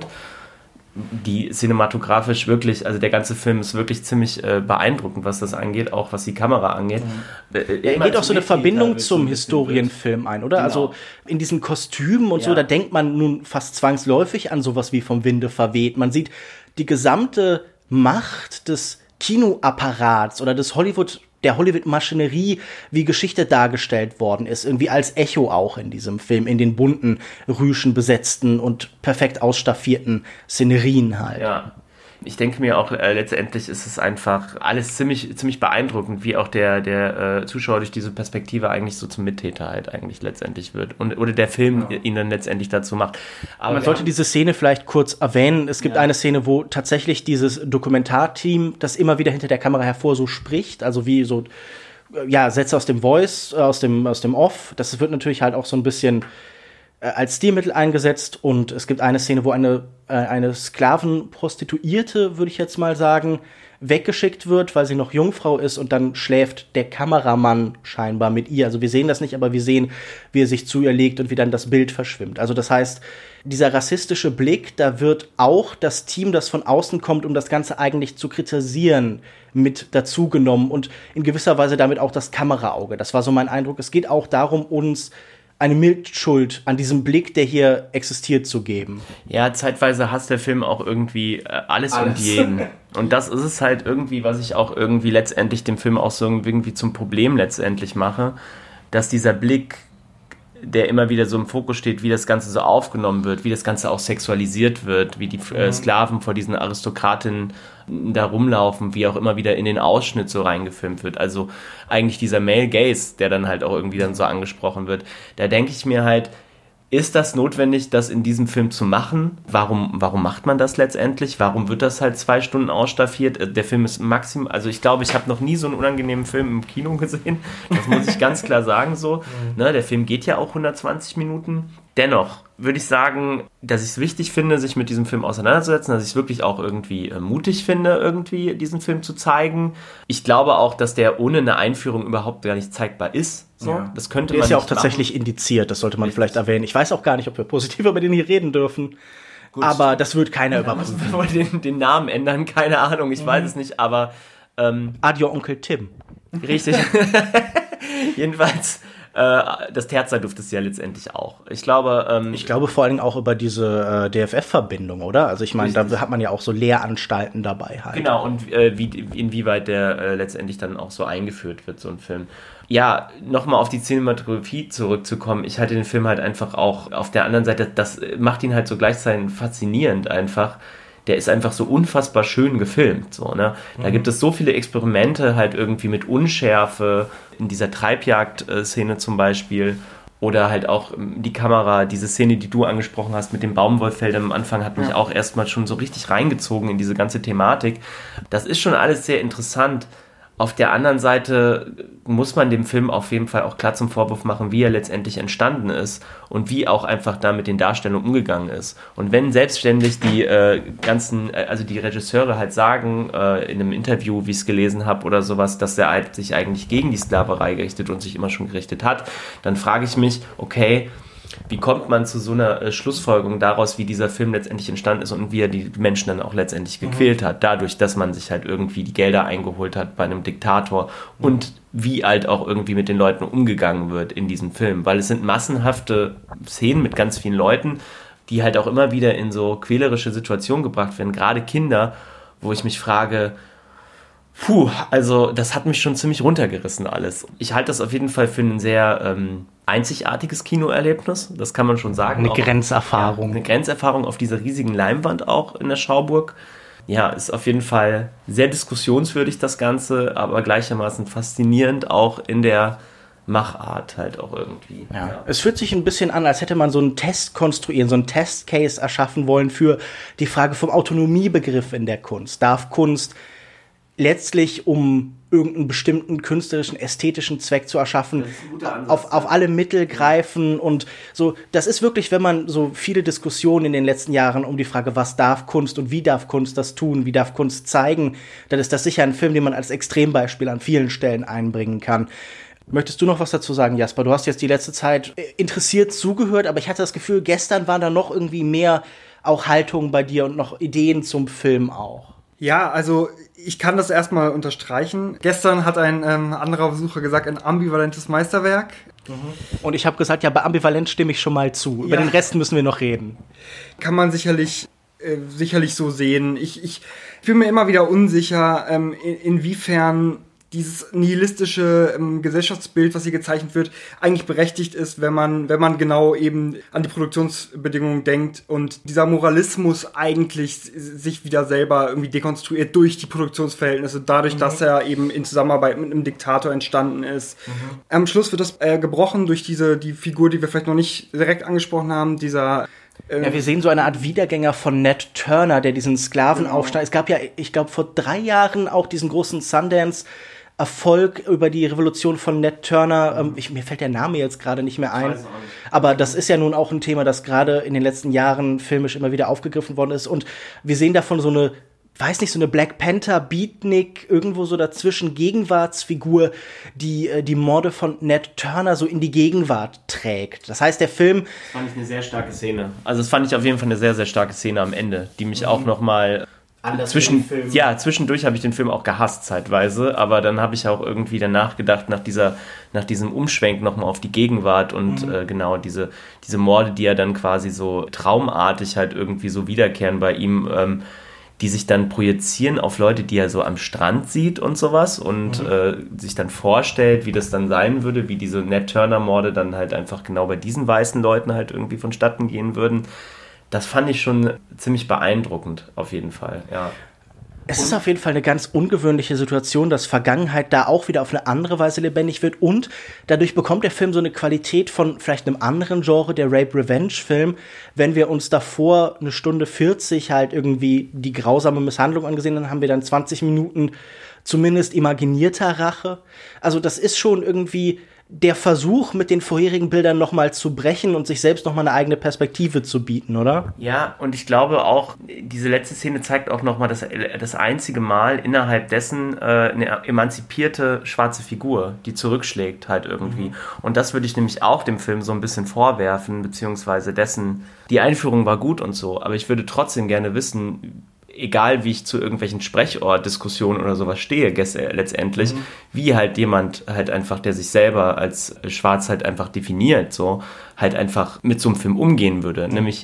die cinematografisch wirklich, also der ganze Film ist wirklich ziemlich äh, beeindruckend, was das angeht, auch was die Kamera angeht. Mhm. Äh, er geht auch so eine Verbindung zum Historienfilm ein, oder? Genau. Also in diesen Kostümen und ja. so, da denkt man nun fast zwangsläufig an sowas wie vom Winde verweht. Man sieht die gesamte Macht des Kinoapparats oder des Hollywood der Hollywood-Maschinerie, wie Geschichte dargestellt worden ist, irgendwie als Echo auch in diesem Film, in den bunten, rüschen besetzten und perfekt ausstaffierten Szenerien halt. Ja. Ich denke mir auch, äh, letztendlich ist es einfach alles ziemlich, ziemlich beeindruckend, wie auch der, der äh, Zuschauer durch diese Perspektive eigentlich so zum Mittäter halt eigentlich letztendlich wird. Und, oder der Film ja. ihn dann letztendlich dazu macht. Aber man sollte haben, diese Szene vielleicht kurz erwähnen. Es gibt ja. eine Szene, wo tatsächlich dieses Dokumentarteam, das immer wieder hinter der Kamera hervor so spricht, also wie so, ja, Sätze aus dem Voice, aus dem, aus dem Off. Das wird natürlich halt auch so ein bisschen als Stilmittel eingesetzt, und es gibt eine Szene, wo eine, äh, eine Sklavenprostituierte, würde ich jetzt mal sagen, weggeschickt wird, weil sie noch Jungfrau ist, und dann schläft der Kameramann scheinbar mit ihr. Also wir sehen das nicht, aber wir sehen, wie er sich zu ihr legt und wie dann das Bild verschwimmt. Also das heißt, dieser rassistische Blick, da wird auch das Team, das von außen kommt, um das Ganze eigentlich zu kritisieren, mit dazugenommen, und in gewisser Weise damit auch das Kameraauge. Das war so mein Eindruck. Es geht auch darum, uns eine Mitschuld an diesem Blick, der hier existiert, zu geben. Ja, zeitweise hasst der Film auch irgendwie äh, alles, alles und jeden. Und das ist es halt irgendwie, was ich auch irgendwie letztendlich dem Film auch so irgendwie zum Problem letztendlich mache, dass dieser Blick, der immer wieder so im Fokus steht, wie das Ganze so aufgenommen wird, wie das Ganze auch sexualisiert wird, wie die äh, Sklaven vor diesen Aristokratinnen da rumlaufen, wie auch immer wieder in den Ausschnitt so reingefilmt wird. Also eigentlich dieser Male Gaze, der dann halt auch irgendwie dann so angesprochen wird. Da denke ich mir halt, ist das notwendig, das in diesem Film zu machen? Warum, warum macht man das letztendlich? Warum wird das halt zwei Stunden ausstaffiert? Der Film ist maximal, also ich glaube, ich habe noch nie so einen unangenehmen Film im Kino gesehen. Das muss ich ganz klar sagen so. Mhm. Ne, der Film geht ja auch hundertzwanzig Minuten. Dennoch würde ich sagen, dass ich es wichtig finde, sich mit diesem Film auseinanderzusetzen, dass ich es wirklich auch irgendwie äh, mutig finde, irgendwie diesen Film zu zeigen. Ich glaube auch, dass der ohne eine Einführung überhaupt gar nicht zeigbar ist. So, ja. Das könnte der man ist ja auch nicht tatsächlich machen. indiziert, das sollte man Richtig. vielleicht erwähnen. Ich weiß auch gar nicht, ob wir positiv über den hier reden dürfen. Gut. Aber das wird keiner überprüfen. Wir wollen den, den Namen ändern, keine Ahnung, ich mhm. weiß es nicht, aber ähm, Adio Onkel Tim. Richtig. Jedenfalls, äh, das Terza durfte es ja letztendlich auch. Ich glaube, ähm, ich glaube vor allen Dingen auch über diese äh, D F F-Verbindung, oder? Also ich meine, da hat man ja auch so Lehranstalten dabei halt. Genau, und äh, wie, inwieweit der äh, letztendlich dann auch so eingeführt wird, so ein Film. Ja, nochmal auf die Cinematografie zurückzukommen. Ich hatte den Film halt einfach auch auf der anderen Seite, das macht ihn halt so gleichzeitig faszinierend einfach, der ist einfach so unfassbar schön gefilmt. So, ne? Da mhm. gibt es so viele Experimente halt irgendwie mit Unschärfe, in dieser Treibjagd-Szene zum Beispiel. Oder halt auch die Kamera, diese Szene, die du angesprochen hast mit den Baumwollfeldern am Anfang, hat mich ja. auch erstmal schon so richtig reingezogen in diese ganze Thematik. Das ist schon alles sehr interessant. Auf der anderen Seite muss man dem Film auf jeden Fall auch klar zum Vorwurf machen, wie er letztendlich entstanden ist und wie auch einfach da mit den Darstellungen umgegangen ist. Und wenn selbstständig die äh, ganzen, also die Regisseure halt sagen, äh, in einem Interview, wie ich es gelesen habe oder sowas, dass er halt sich eigentlich gegen die Sklaverei gerichtet und sich immer schon gerichtet hat, dann frage ich mich, okay, wie kommt man zu so einer äh, Schlussfolgerung daraus, wie dieser Film letztendlich entstanden ist und wie er die Menschen dann auch letztendlich gequält mhm. hat, dadurch, dass man sich halt irgendwie die Gelder eingeholt hat bei einem Diktator mhm. und wie halt auch irgendwie mit den Leuten umgegangen wird in diesem Film, weil es sind massenhafte Szenen mit ganz vielen Leuten, die halt auch immer wieder in so quälerische Situationen gebracht werden, gerade Kinder, wo ich mich frage, puh, also das hat mich schon ziemlich runtergerissen alles. Ich halte das auf jeden Fall für ein sehr ähm, einzigartiges Kinoerlebnis, das kann man schon sagen. Eine auch, Grenzerfahrung. Ja, eine Grenzerfahrung auf dieser riesigen Leinwand auch in der Schauburg. Ja, ist auf jeden Fall sehr diskussionswürdig das Ganze, aber gleichermaßen faszinierend auch in der Machart halt auch irgendwie. Ja. Ja. Es fühlt sich ein bisschen an, als hätte man so einen Test konstruieren, so einen Testcase erschaffen wollen für die Frage vom Autonomiebegriff in der Kunst. Darf Kunst letztlich, um irgendeinen bestimmten künstlerischen, ästhetischen Zweck zu erschaffen, Ansatz, auf, auf alle Mittel greifen und so. Das ist wirklich, wenn man so viele Diskussionen in den letzten Jahren um die Frage, was darf Kunst und wie darf Kunst das tun, wie darf Kunst zeigen, dann ist das sicher ein Film, den man als Extrembeispiel an vielen Stellen einbringen kann. Möchtest du noch was dazu sagen, Jasper? Du hast jetzt die letzte Zeit interessiert zugehört, aber ich hatte das Gefühl, gestern waren da noch irgendwie mehr auch Haltungen bei dir und noch Ideen zum Film auch. Ja, also ich kann das erstmal unterstreichen. Gestern hat ein ähm, anderer Besucher gesagt, ein ambivalentes Meisterwerk. Mhm. Und ich habe gesagt, ja, bei ambivalent stimme ich schon mal zu. Ja. Über den Rest müssen wir noch reden. Kann man sicherlich, äh, sicherlich so sehen. Ich, ich bin mir immer wieder unsicher, ähm, in, inwiefern dieses nihilistische ähm, Gesellschaftsbild, was hier gezeichnet wird, eigentlich berechtigt ist, wenn man, wenn man genau eben an die Produktionsbedingungen denkt und dieser Moralismus eigentlich sich wieder selber irgendwie dekonstruiert durch die Produktionsverhältnisse, dadurch, mhm. dass er eben in Zusammenarbeit mit einem Diktator entstanden ist. Mhm. Am Schluss wird das äh, gebrochen durch diese, die Figur, die wir vielleicht noch nicht direkt angesprochen haben, dieser Ja, wir sehen so eine Art Wiedergänger von Ned Turner, der diesen Sklavenaufstand, genau. Es gab ja, ich glaube, vor drei Jahren auch diesen großen Sundance Erfolg über die Revolution von Ned Turner. Ähm, ich, mir fällt der Name jetzt gerade nicht mehr ein. Aber das ist ja nun auch ein Thema, das gerade in den letzten Jahren filmisch immer wieder aufgegriffen worden ist. Und wir sehen davon so eine, weiß nicht, so eine Black Panther, Beatnik, irgendwo so dazwischen Gegenwartsfigur, die äh, die Morde von Ned Turner so in die Gegenwart trägt. Das heißt, der Film... Das fand ich eine sehr starke Szene. Also das fand ich auf jeden Fall eine sehr, sehr starke Szene am Ende, die mich mhm. auch noch mal... Zwischen, ja, zwischendurch habe ich den Film auch gehasst zeitweise, aber dann habe ich auch irgendwie danach gedacht, nach dieser, nach diesem Umschwenk nochmal auf die Gegenwart und mhm. äh, genau diese, diese Morde, die ja dann quasi so traumartig halt irgendwie so wiederkehren bei ihm, ähm, die sich dann projizieren auf Leute, die er so am Strand sieht und sowas und mhm. äh, sich dann vorstellt, wie das dann sein würde, wie diese Ned Turner-Morde dann halt einfach genau bei diesen weißen Leuten halt irgendwie vonstatten gehen würden. Das fand ich schon ziemlich beeindruckend, auf jeden Fall, ja. Es ist auf jeden Fall eine ganz ungewöhnliche Situation, dass Vergangenheit da auch wieder auf eine andere Weise lebendig wird und dadurch bekommt der Film so eine Qualität von vielleicht einem anderen Genre, der Rape-Revenge-Film, wenn wir uns davor eine Stunde vierzig halt irgendwie die grausame Misshandlung angesehen, dann haben wir dann zwanzig Minuten zumindest imaginierter Rache. Also das ist schon irgendwie der Versuch, mit den vorherigen Bildern noch mal zu brechen und sich selbst noch mal eine eigene Perspektive zu bieten, oder? Ja, und ich glaube auch, diese letzte Szene zeigt auch noch mal das, das einzige Mal innerhalb dessen äh, eine emanzipierte schwarze Figur, die zurückschlägt halt irgendwie. Mhm. Und das würde ich nämlich auch dem Film so ein bisschen vorwerfen, beziehungsweise dessen, die Einführung war gut und so, aber ich würde trotzdem gerne wissen, egal wie ich zu irgendwelchen Sprechort-Diskussionen oder sowas stehe, letztendlich, mhm. wie halt jemand halt einfach, der sich selber als schwarz halt einfach definiert, so, halt einfach mit so einem Film umgehen würde. Mhm. Nämlich,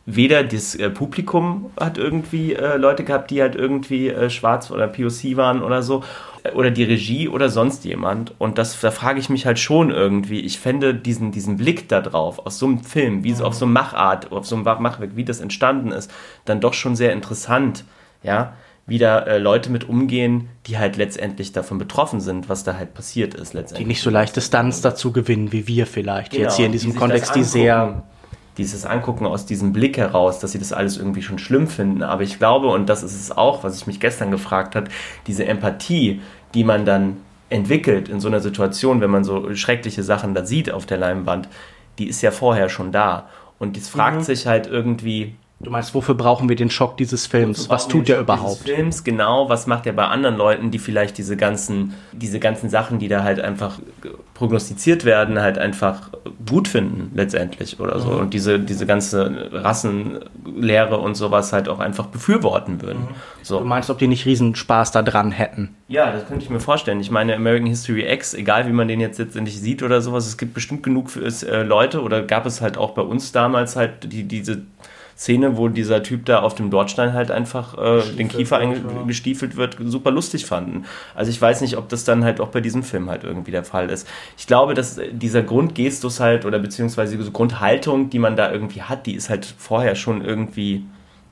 weder das äh, Publikum hat irgendwie äh, Leute gehabt, die halt irgendwie äh, schwarz oder P O C waren oder so, äh, oder die Regie oder sonst jemand. Und das, da frage ich mich halt schon irgendwie, ich fände diesen, diesen Blick da drauf, aus so einem Film, wie so auf so eine Machart, auf so einem Machwerk, wie das entstanden ist, dann doch schon sehr interessant, ja, wie da äh, Leute mit umgehen, die halt letztendlich davon betroffen sind, was da halt passiert ist letztendlich. Die nicht so leicht Distanz dazu gewinnen, wie wir vielleicht. Genau, jetzt hier in diesem die Kontext, die sehr... Dieses Angucken aus diesem Blick heraus, dass sie das alles irgendwie schon schlimm finden. Aber ich glaube, und das ist es auch, was ich mich gestern gefragt habe, diese Empathie, die man dann entwickelt in so einer Situation, wenn man so schreckliche Sachen da sieht auf der Leinwand, die ist ja vorher schon da. Und das fragt mhm. sich halt irgendwie... Du meinst, wofür brauchen wir den Schock dieses Films? Was tut der überhaupt? Dieses Films, genau, was macht er bei anderen Leuten, die vielleicht diese ganzen, diese ganzen Sachen, die da halt einfach prognostiziert werden, halt einfach gut finden, letztendlich oder so. Mhm. Und diese, diese ganze Rassenlehre und sowas halt auch einfach befürworten würden. Mhm. So. Du meinst, ob die nicht riesen Spaß da dran hätten? Ja, das könnte ich mir vorstellen. Ich meine, American History X, egal wie man den jetzt letztendlich sieht oder sowas, es gibt bestimmt genug für, äh, Leute, oder gab es halt auch bei uns damals halt die, diese Szene, wo dieser Typ da auf dem Bordstein halt einfach äh, den Kiefer eingestiefelt wird, super lustig fanden. Also ich weiß nicht, ob das dann halt auch bei diesem Film halt irgendwie der Fall ist. Ich glaube, dass dieser Grundgestus halt, oder beziehungsweise diese Grundhaltung, die man da irgendwie hat, die ist halt vorher schon irgendwie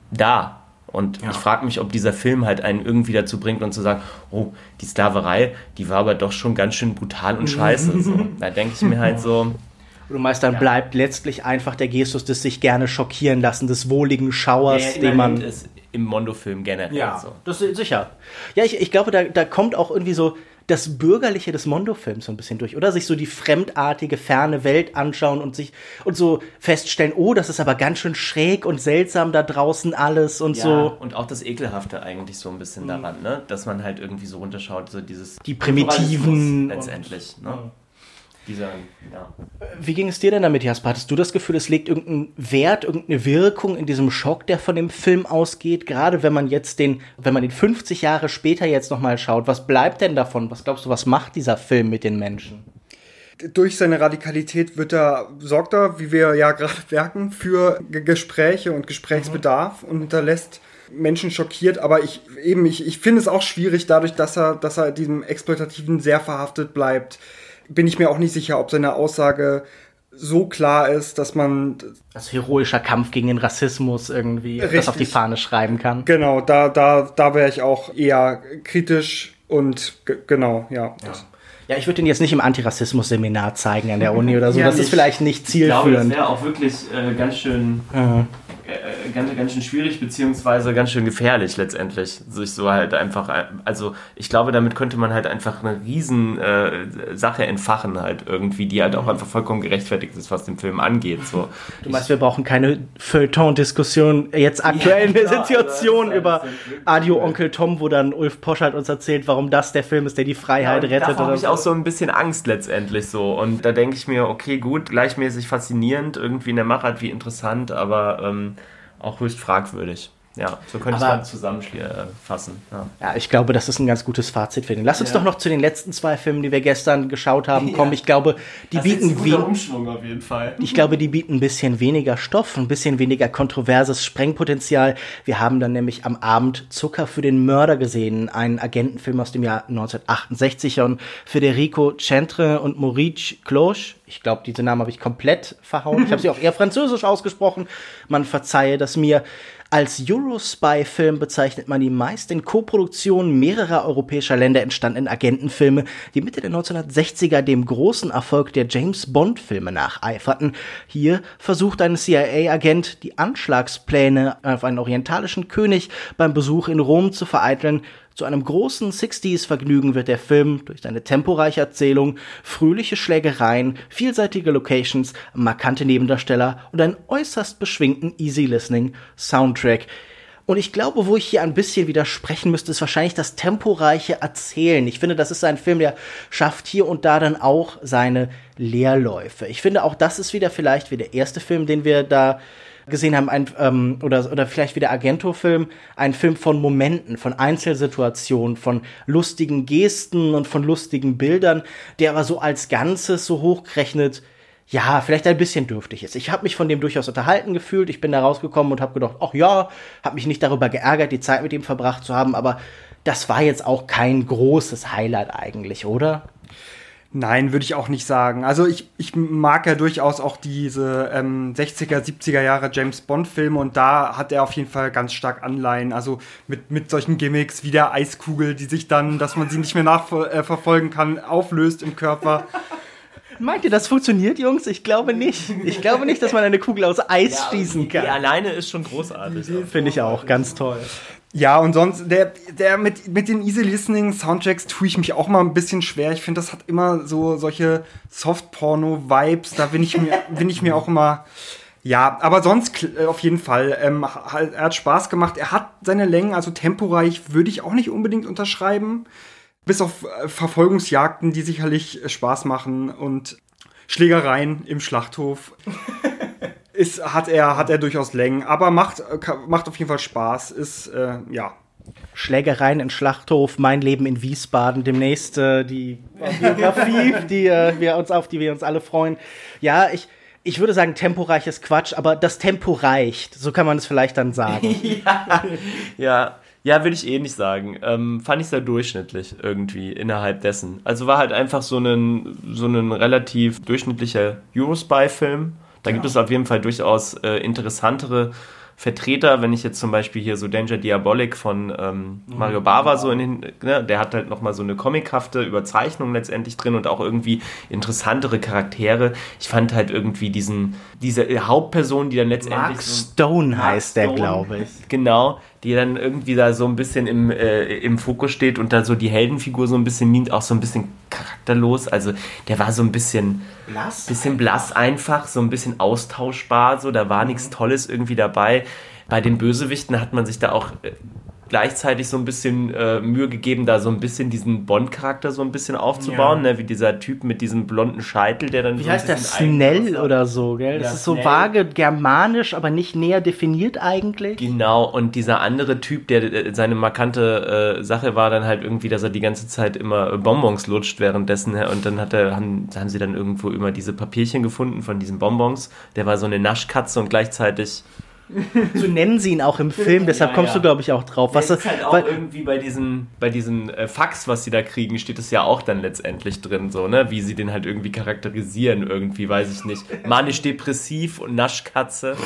da. Und ja. ich frage mich, ob dieser Film halt einen irgendwie dazu bringt und zu sagen, oh, die Sklaverei, die war aber doch schon ganz schön brutal und scheiße. So. Da denke ich mir halt so... Du meinst, dann ja. bleibt letztlich einfach der Gestus des sich gerne schockieren lassen, des wohligen Schauers, ja, den man... ist im Mondo-Film generell ja, so. Das ist sicher. Ja, ich, ich glaube, da, da kommt auch irgendwie so das Bürgerliche des Mondo-Films so ein bisschen durch, oder? Sich so die fremdartige, ferne Welt anschauen und sich und so feststellen, oh, das ist aber ganz schön schräg und seltsam da draußen alles und ja, so. Und auch das Ekelhafte eigentlich so ein bisschen mhm. daran, ne? Dass man halt irgendwie so runterschaut, so dieses... Die Primitiven. Letztendlich, und, ne? Ja. Dieser, ja. Wie ging es dir denn damit, Jasper? Hattest du das Gefühl, es legt irgendeinen Wert, irgendeine Wirkung in diesem Schock, der von dem Film ausgeht? Gerade wenn man jetzt den, wenn man den fünfzig Jahre später jetzt nochmal schaut, was bleibt denn davon? Was glaubst du, was macht dieser Film mit den Menschen? Durch seine Radikalität wird er, sorgt er, wie wir ja gerade merken, für G- Gespräche und Gesprächsbedarf mhm. und hinterlässt Menschen schockiert, aber ich eben, ich, ich finde es auch schwierig, dadurch, dass er, dass er diesem Exploitativen sehr verhaftet bleibt. Bin ich mir auch nicht sicher, ob seine Aussage so klar ist, dass man... Als heroischer Kampf gegen den Rassismus irgendwie richtig. Das auf die Fahne schreiben kann. Genau, da, da, da wäre ich auch eher kritisch und g- genau, ja. Ja. Ja, ich würde den jetzt nicht im Antirassismus-Seminar zeigen an der Uni oder so. Ja, das nicht. Ist vielleicht nicht zielführend. Ich glaube, das wäre auch wirklich äh, ganz schön... Mhm. Ganz, ganz schön schwierig, beziehungsweise ganz schön gefährlich letztendlich, sich so halt einfach, also ich glaube, damit könnte man halt einfach eine riesen äh, Sache entfachen halt irgendwie, die halt auch einfach vollkommen gerechtfertigt ist, was den Film angeht. So. Du meinst, wir brauchen keine Feuilleton-Diskussion jetzt aktuell in der ja, Situation also, über Adio Onkel Tom, wo dann Ulf Poschardt uns erzählt, warum das der Film ist, der die Freiheit ja, rettet. Da habe ich so. auch so ein bisschen Angst letztendlich so, und da denke ich mir, okay, gut, gleichmäßig faszinierend, irgendwie in der Machart, wie interessant, aber ähm, auch höchst fragwürdig. Ja, so könnte ich es mal zusammenfassen. Ja. ja, ich glaube, das ist ein ganz gutes Fazit für den. Lass uns ja. doch noch zu den letzten zwei Filmen, die wir gestern geschaut haben, kommen. Ja. Ich glaube, die das bieten ist ein guter Umschwung auf jeden Fall. Ich glaube, die bieten ein bisschen weniger Stoff, ein bisschen weniger kontroverses Sprengpotenzial. Wir haben dann nämlich am Abend Zucker für den Mörder gesehen, einen Agentenfilm aus dem Jahr neunzehnhundertachtundsechzig von Federico Centre und Maurice Cloche. Ich glaube, diese Namen habe ich komplett verhauen. Ich habe sie auch eher französisch ausgesprochen. Man verzeihe das mir. Als Eurospy-Film bezeichnet man die meist in Koproduktionen mehrerer europäischer Länder entstandenen Agentenfilme, die Mitte der neunzehnhundertsechziger dem großen Erfolg der James-Bond-Filme nacheiferten. Hier versucht ein C I A-Agent, die Anschlagspläne auf einen orientalischen König beim Besuch in Rom zu vereiteln. Zu einem großen Sixties-Vergnügen wird der Film durch seine temporeiche Erzählung, fröhliche Schlägereien, vielseitige Locations, markante Nebendarsteller und einen äußerst beschwingten Easy-Listening-Soundtrack. Und ich glaube, wo ich hier ein bisschen widersprechen müsste, ist wahrscheinlich das temporeiche Erzählen. Ich finde, das ist ein Film, der schafft hier und da dann auch seine Leerläufe. Ich finde, auch das ist wieder vielleicht wie der erste Film, den wir da gesehen haben, ein, ähm, oder, oder vielleicht wie der Argento-Film, ein Film von Momenten, von Einzelsituationen, von lustigen Gesten und von lustigen Bildern, der aber so als Ganzes so hochgerechnet ja, vielleicht ein bisschen dürftig ist. Ich habe mich von dem durchaus unterhalten gefühlt. Ich bin da rausgekommen und habe gedacht, ach ja, habe mich nicht darüber geärgert, die Zeit mit ihm verbracht zu haben, aber das war jetzt auch kein großes Highlight eigentlich, oder? Nein, würde ich auch nicht sagen. Also ich, ich mag ja durchaus auch diese ähm, sechziger, siebziger Jahre James-Bond-Filme und da hat er auf jeden Fall ganz stark Anleihen. Also mit, mit solchen Gimmicks wie der Eiskugel, die sich dann, dass man sie nicht mehr nachverfolgen kann, auflöst im Körper. Meint ihr, das funktioniert, Jungs? Ich glaube nicht. Ich glaube nicht, dass man eine Kugel aus Eis ja, schießen kann. Die alleine ist schon großartig. Finde ich auch, ganz toll. Ja, und sonst, der, der mit, mit den Easy Listening Soundtracks tue ich mich auch mal ein bisschen schwer. Ich finde, das hat immer so solche Soft-Porno-Vibes. Da bin ich mir, bin ich mir auch immer, ja, aber sonst auf jeden Fall. Ähm, er hat Spaß gemacht. Er hat seine Längen, also temporeich würde ich auch nicht unbedingt unterschreiben. Bis auf Verfolgungsjagden, die sicherlich Spaß machen und Schlägereien im Schlachthof. Ist, hat er, hat er durchaus Längen, aber macht, macht auf jeden Fall Spaß, ist, äh, ja. Schlägereien in Schlachthof, mein Leben in Wiesbaden, demnächst äh, die Biografie, die, äh, wir uns, auf die wir uns alle freuen. Ja, ich, ich würde sagen, temporeich ist Quatsch, aber das Tempo reicht, so kann man es vielleicht dann sagen. ja, ja. Ja, würde ich eh nicht sagen. Ähm, fand ich sehr durchschnittlich irgendwie innerhalb dessen. Also war halt einfach so ein, so ein relativ durchschnittlicher Eurospy-Film. Da ja. gibt es auf jeden Fall durchaus äh, interessantere Vertreter, wenn ich jetzt zum Beispiel hier so Danger Diabolik von ähm, Mario Bava so in den, ne, der hat halt nochmal so eine comichafte Überzeichnung letztendlich drin und auch irgendwie interessantere Charaktere. Ich fand halt irgendwie diesen, diese Hauptperson, die dann letztendlich Mark Stone so, heißt Mark der, glaube ich. Genau, die dann irgendwie da so ein bisschen im, äh, im Fokus steht und da so die Heldenfigur so ein bisschen nimmt, auch so ein bisschen charakterlos. Also der war so ein bisschen blass, bisschen einfach. blass einfach, so ein bisschen austauschbar, so, da war mhm. nichts Tolles irgendwie dabei. Bei den Bösewichten hat man sich da auch äh, gleichzeitig so ein bisschen äh, Mühe gegeben, da so ein bisschen diesen Bond-Charakter so ein bisschen aufzubauen, ja. ne? Wie dieser Typ mit diesem blonden Scheitel, der dann Wie so heißt der? Snell oder so, gell? Das ja, ist so Snell. Vage germanisch, aber nicht näher definiert eigentlich. Genau, und dieser andere Typ, der äh, seine markante äh, Sache war dann halt irgendwie, dass er die ganze Zeit immer Bonbons lutscht währenddessen, und dann hat er, haben, haben sie dann irgendwo immer diese Papierchen gefunden von diesen Bonbons. Der war so eine Naschkatze und gleichzeitig so nennen sie ihn auch im Film, deshalb ja, kommst ja. du, glaube ich, auch drauf. Was ist halt auch weil, irgendwie bei diesen, bei diesen äh, Fax, was sie da kriegen, steht es ja auch dann letztendlich drin, so, ne? Wie sie den halt irgendwie charakterisieren, irgendwie, weiß ich nicht. Manisch-depressiv und Naschkatze.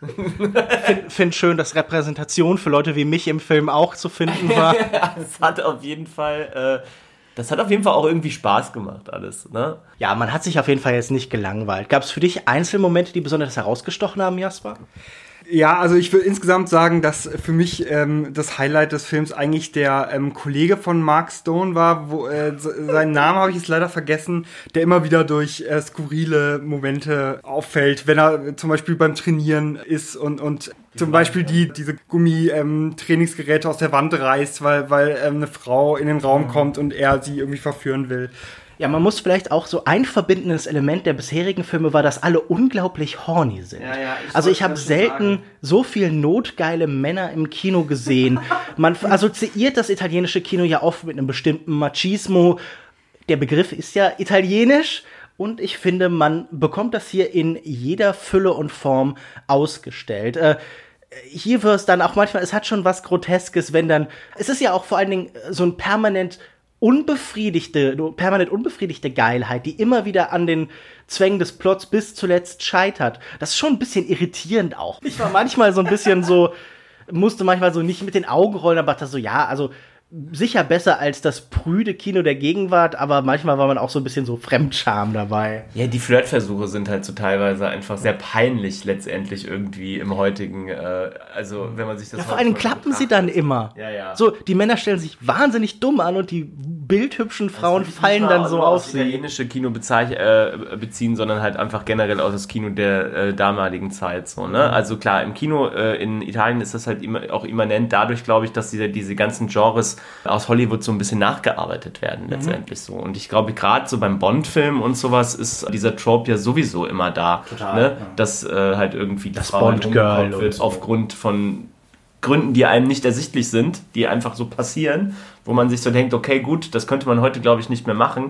Finde find schön, dass Repräsentation für Leute wie mich im Film auch zu finden war. Das hat auf jeden Fall... Äh, Das hat auf jeden Fall auch irgendwie Spaß gemacht, alles, ne? Ja, man hat sich auf jeden Fall jetzt nicht gelangweilt. Gab es für dich Einzelmomente, die besonders herausgestochen haben, Jasper? Ja, also ich würde insgesamt sagen, dass für mich ähm, das Highlight des Films eigentlich der ähm, Kollege von Mark Stone war, wo äh, seinen Namen habe ich jetzt leider vergessen, der immer wieder durch äh, skurrile Momente auffällt, wenn er zum Beispiel beim Trainieren ist und, und zum Beispiel die, diese Gummi-Trainingsgeräte ähm, aus der Wand reißt, weil, weil ähm, eine Frau in den Raum kommt und er sie irgendwie verführen will. Ja, man muss vielleicht auch so ein verbindendes Element der bisherigen Filme war, dass alle unglaublich horny sind. Ja, ja, ich also ich habe selten sagen. so viel notgeile Männer im Kino gesehen. Man assoziiert das italienische Kino ja oft mit einem bestimmten Machismo. Der Begriff ist ja italienisch. Und ich finde, man bekommt das hier in jeder Fülle und Form ausgestellt. Äh, hier wird es dann auch manchmal, es hat schon was Groteskes, wenn dann, es ist ja auch vor allen Dingen so ein permanent unbefriedigte, permanent unbefriedigte Geilheit, die immer wieder an den Zwängen des Plots bis zuletzt scheitert. Das ist schon ein bisschen irritierend auch. Ich war manchmal so ein bisschen so, musste manchmal so nicht mit den Augen rollen, aber dachte so, ja, also sicher besser als das prüde Kino der Gegenwart, aber manchmal war man auch so ein bisschen so Fremdscham dabei. Ja, die Flirtversuche sind halt so teilweise einfach sehr peinlich letztendlich irgendwie im heutigen, äh, also wenn man sich das... Ja, vor allem klappen sie dann immer. Ja, ja. So, die Männer stellen sich wahnsinnig dumm an und die bildhübschen Frauen also fallen dann so auf sie. Nicht italienische Kino bezeich- äh, beziehen, sondern halt einfach generell aus das Kino der äh, damaligen Zeit, so, ne? Mhm. Also klar, im Kino äh, in Italien ist das halt immer auch immanent dadurch, glaube ich, dass diese, diese ganzen Genres aus Hollywood so ein bisschen nachgearbeitet werden letztendlich mhm. so. Und ich glaube, gerade so beim Bond-Film und sowas ist dieser Trope ja sowieso immer da. Total, ne? Ja. Dass äh, halt irgendwie die das Bond-Girl wird so. Aufgrund von Gründen, die einem nicht ersichtlich sind, die einfach so passieren, wo man sich so denkt, okay, gut, das könnte man heute, glaube ich, nicht mehr machen.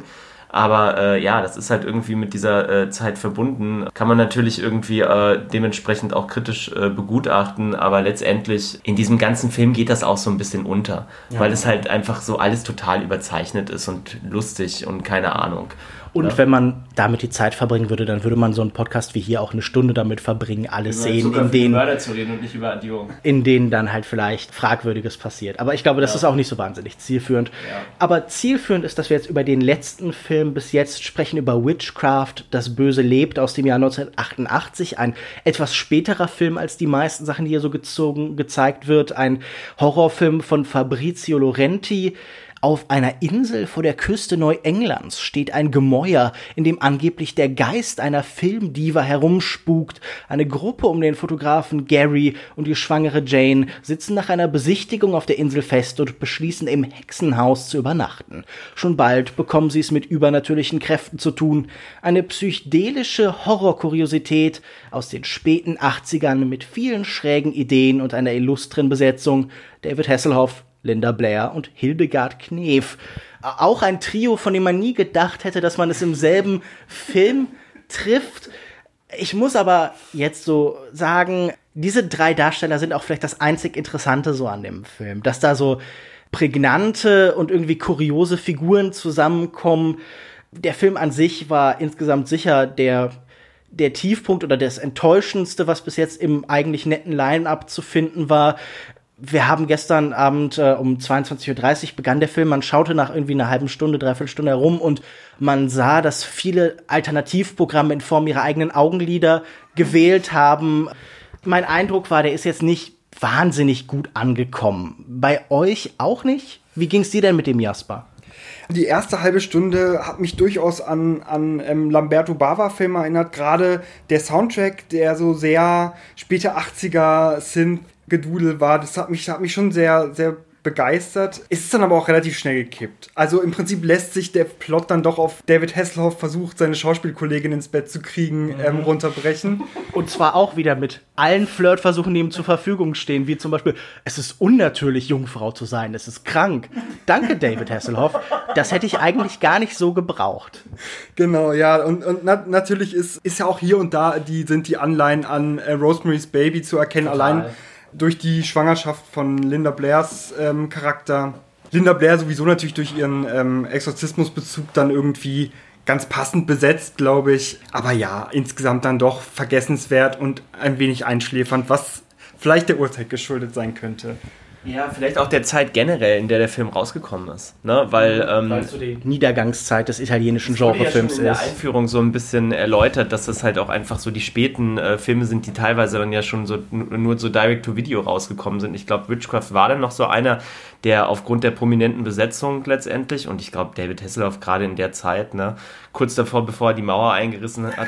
Aber äh, ja, das ist halt irgendwie mit dieser äh, Zeit verbunden. Kann man natürlich irgendwie äh, dementsprechend auch kritisch äh, begutachten, aber letztendlich in diesem ganzen Film geht das auch so ein bisschen unter, ja. weil es halt einfach so alles total überzeichnet ist und lustig und keine Ahnung. Und ja. wenn man damit die Zeit verbringen würde, dann würde man so einen Podcast wie hier auch eine Stunde damit verbringen, alle Szenen, in denen, Mörder zu reden und nicht über Adjunkt. in denen dann halt vielleicht Fragwürdiges passiert. Aber ich glaube, das ja. ist auch nicht so wahnsinnig zielführend. Ja. Aber zielführend ist, dass wir jetzt über den letzten Film bis jetzt sprechen, über Witchcraft, Das Böse lebt, aus dem Jahr neunzehnhundertachtundachtzig. Ein etwas späterer Film als die meisten Sachen, die hier so gezogen, gezeigt wird. Ein Horrorfilm von Fabrizio Lorenti. Auf einer Insel vor der Küste Neuenglands steht ein Gemäuer, in dem angeblich der Geist einer Filmdiva herumspukt. Eine Gruppe um den Fotografen Gary und die schwangere Jane sitzen nach einer Besichtigung auf der Insel fest und beschließen, im Hexenhaus zu übernachten. Schon bald bekommen sie es mit übernatürlichen Kräften zu tun. Eine psychedelische Horrorkuriosität aus den späten achtzigern mit vielen schrägen Ideen und einer illustren Besetzung. David Hasselhoff, Linda Blair und Hildegard Knef. Auch ein Trio, von dem man nie gedacht hätte, dass man es im selben Film trifft. Ich muss aber jetzt so sagen, diese drei Darsteller sind auch vielleicht das einzig Interessante so an dem Film. Dass da so prägnante und irgendwie kuriose Figuren zusammenkommen. Der Film an sich war insgesamt sicher der der Tiefpunkt oder das Enttäuschendste, was bis jetzt im eigentlich netten Line-Up zu finden war. Wir haben gestern Abend äh, um zweiundzwanzig Uhr dreißig begann der Film. Man schaute nach irgendwie einer halben Stunde, dreiviertel Stunde herum und man sah, dass viele Alternativprogramme in Form ihrer eigenen Augenlider gewählt haben. Mein Eindruck war, der ist jetzt nicht wahnsinnig gut angekommen. Bei euch auch nicht? Wie ging's dir denn mit dem Jasper? Die erste halbe Stunde hat mich durchaus an, an ähm, Lamberto Bava-Filme erinnert. Gerade der Soundtrack, der so sehr späte achtziger Synth Gedudel war, das hat mich, hat mich schon sehr, sehr begeistert. Es ist dann aber auch relativ schnell gekippt. Also im Prinzip lässt sich der Plot dann doch auf David Hasselhoff versucht, seine Schauspielkollegin ins Bett zu kriegen, mhm. ähm, runterbrechen. Und zwar auch wieder mit allen Flirtversuchen, die ihm zur Verfügung stehen, wie zum Beispiel, es ist unnatürlich, Jungfrau zu sein, es ist krank. Danke, David Hasselhoff. Das hätte ich eigentlich gar nicht so gebraucht. Genau, ja. Und, und na- natürlich ist, ist ja auch hier und da, die sind die Anleihen an äh, Rosemary's Baby zu erkennen. Total. Allein durch die Schwangerschaft von Linda Blairs ähm, Charakter. Linda Blair sowieso natürlich durch ihren ähm, Exorzismusbezug dann irgendwie ganz passend besetzt, glaube ich. Aber ja, insgesamt dann doch vergessenswert und ein wenig einschläfernd, was vielleicht der Uhrzeit geschuldet sein könnte. Ja, vielleicht auch der Zeit generell, in der der Film rausgekommen ist. Ne? Weil, ähm, Weil so die Niedergangszeit des italienischen Genrefilms ist. In der Einführung so ein bisschen erläutert, dass das halt auch einfach so die späten äh, Filme sind, die teilweise dann ja schon so nur so Direct-to-Video rausgekommen sind. Ich glaube, Witchcraft war dann noch so einer, der aufgrund der prominenten Besetzung letztendlich, und ich glaube, David Hasselhoff gerade in der Zeit, ne, kurz davor, bevor er die Mauer eingerissen hat,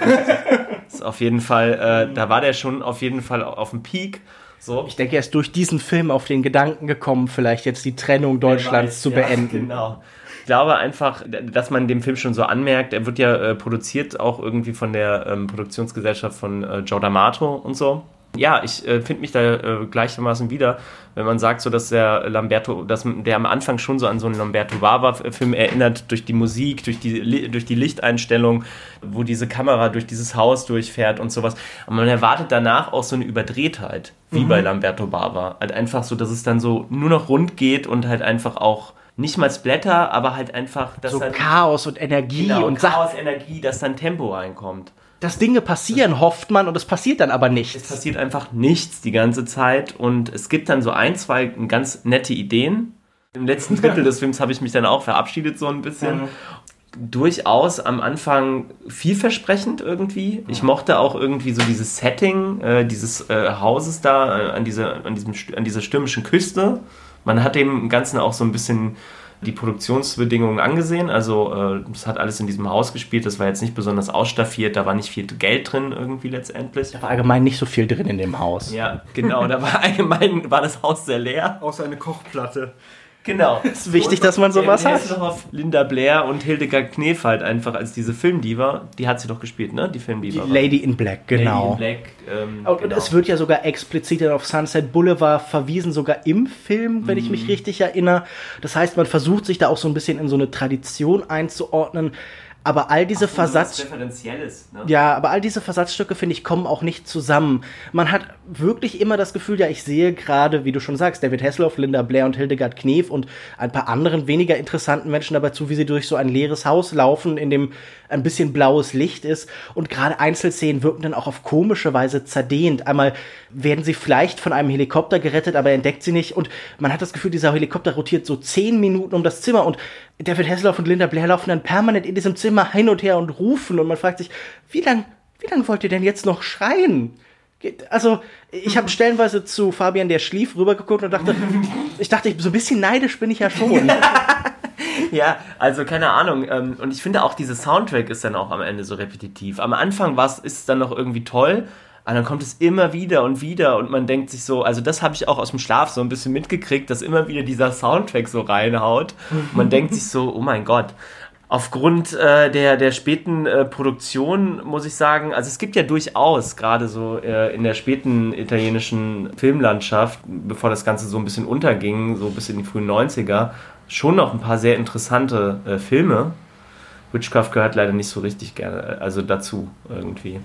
ist auf jeden Fall, äh, da war der schon auf jeden Fall auf dem Peak. So. Ich denke, er ist durch diesen Film auf den Gedanken gekommen, vielleicht jetzt die Trennung Deutschlands weiß, zu ja, beenden. Genau. Ich glaube einfach, dass man dem Film schon so anmerkt, er wird ja äh, produziert auch irgendwie von der ähm, Produktionsgesellschaft von äh, Joe D'Amato und so. Ja, ich äh, finde mich da äh, gleichermaßen wieder, wenn man sagt, so dass der Lamberto, dass der am Anfang schon so an so einen Lamberto Bava-Film erinnert, durch die Musik, durch die, durch die Lichteinstellung, wo diese Kamera durch dieses Haus durchfährt und sowas. Und man erwartet danach auch so eine Überdrehtheit, wie mhm. bei Lamberto Bava. Halt einfach so, dass es dann so nur noch rund geht und halt einfach auch nicht mal Splatter, aber halt einfach, dass so dann Chaos und Energie genau, und Chaos, Sa- Energie, dass dann Tempo reinkommt. Dass Dinge passieren, hofft man, und es passiert dann aber nichts. Es passiert einfach nichts die ganze Zeit und es gibt dann so ein, zwei ganz nette Ideen. Im letzten Drittel des Films habe ich mich dann auch verabschiedet so ein bisschen. Mhm. Durchaus am Anfang vielversprechend irgendwie. Ich mochte auch irgendwie so dieses Setting äh, dieses äh, Hauses da äh, an, diese, an, diesem, an dieser stürmischen Küste. Man hat dem Ganzen auch so ein bisschen die Produktionsbedingungen angesehen, also es äh, hat alles in diesem Haus gespielt, das war jetzt nicht besonders ausstaffiert, da war nicht viel Geld drin irgendwie letztendlich. Da war allgemein nicht so viel drin in dem Haus. Ja, genau, da war allgemein, war das Haus sehr leer. Außer eine Kochplatte. Genau. Es ist wichtig, und dass man sowas hat. Hasselhoff, Linda Blair und Hildegard Knef halt einfach als diese Filmdiva, die hat sie doch gespielt, ne? Die Filmdiva. Die Lady in Black, genau. Lady in Black, ähm, und genau. Es wird ja sogar explizit auf Sunset Boulevard verwiesen, sogar im Film, wenn mm. ich mich richtig erinnere. Das heißt, man versucht sich da auch so ein bisschen in so eine Tradition einzuordnen. Aber all diese Ach so, Versatz... was Referenzielles, ne? Ja, aber all diese Versatzstücke, finde ich, kommen auch nicht zusammen. Man hat wirklich immer das Gefühl, ja, ich sehe gerade, wie du schon sagst, David Hasselhoff, Linda Blair und Hildegard Knef und ein paar anderen weniger interessanten Menschen dabei zu, wie sie durch so ein leeres Haus laufen, in dem ein bisschen blaues Licht ist. Und gerade Einzelszenen wirken dann auch auf komische Weise zerdehnt. Einmal werden sie vielleicht von einem Helikopter gerettet, aber er entdeckt sie nicht. Und man hat das Gefühl, dieser Helikopter rotiert so zehn Minuten um das Zimmer. Und David Hasselhoff und Linda Blair laufen dann permanent in diesem Zimmer hin und her und rufen. Und man fragt sich, wie lang, wie lang wollt ihr denn jetzt noch schreien? Also, ich habe stellenweise zu Fabian, der schlief, rübergeguckt und dachte, ich dachte, so ein bisschen neidisch bin ich ja schon. Ja, also keine Ahnung. Ähm, und ich finde auch, dieser Soundtrack ist dann auch am Ende so repetitiv. Am Anfang war's, ist es dann noch irgendwie toll, aber dann kommt es immer wieder und wieder und man denkt sich so, also das habe ich auch aus dem Schlaf so ein bisschen mitgekriegt, dass immer wieder dieser Soundtrack so reinhaut. Und man denkt sich so, oh mein Gott. Aufgrund äh, der, der späten äh, Produktion muss ich sagen, also es gibt ja durchaus, gerade so äh, in der späten italienischen Filmlandschaft, bevor das Ganze so ein bisschen unterging, so bis in die frühen neunziger, schon noch ein paar sehr interessante äh, Filme. Witchcraft gehört leider nicht so richtig gerne, also dazu irgendwie.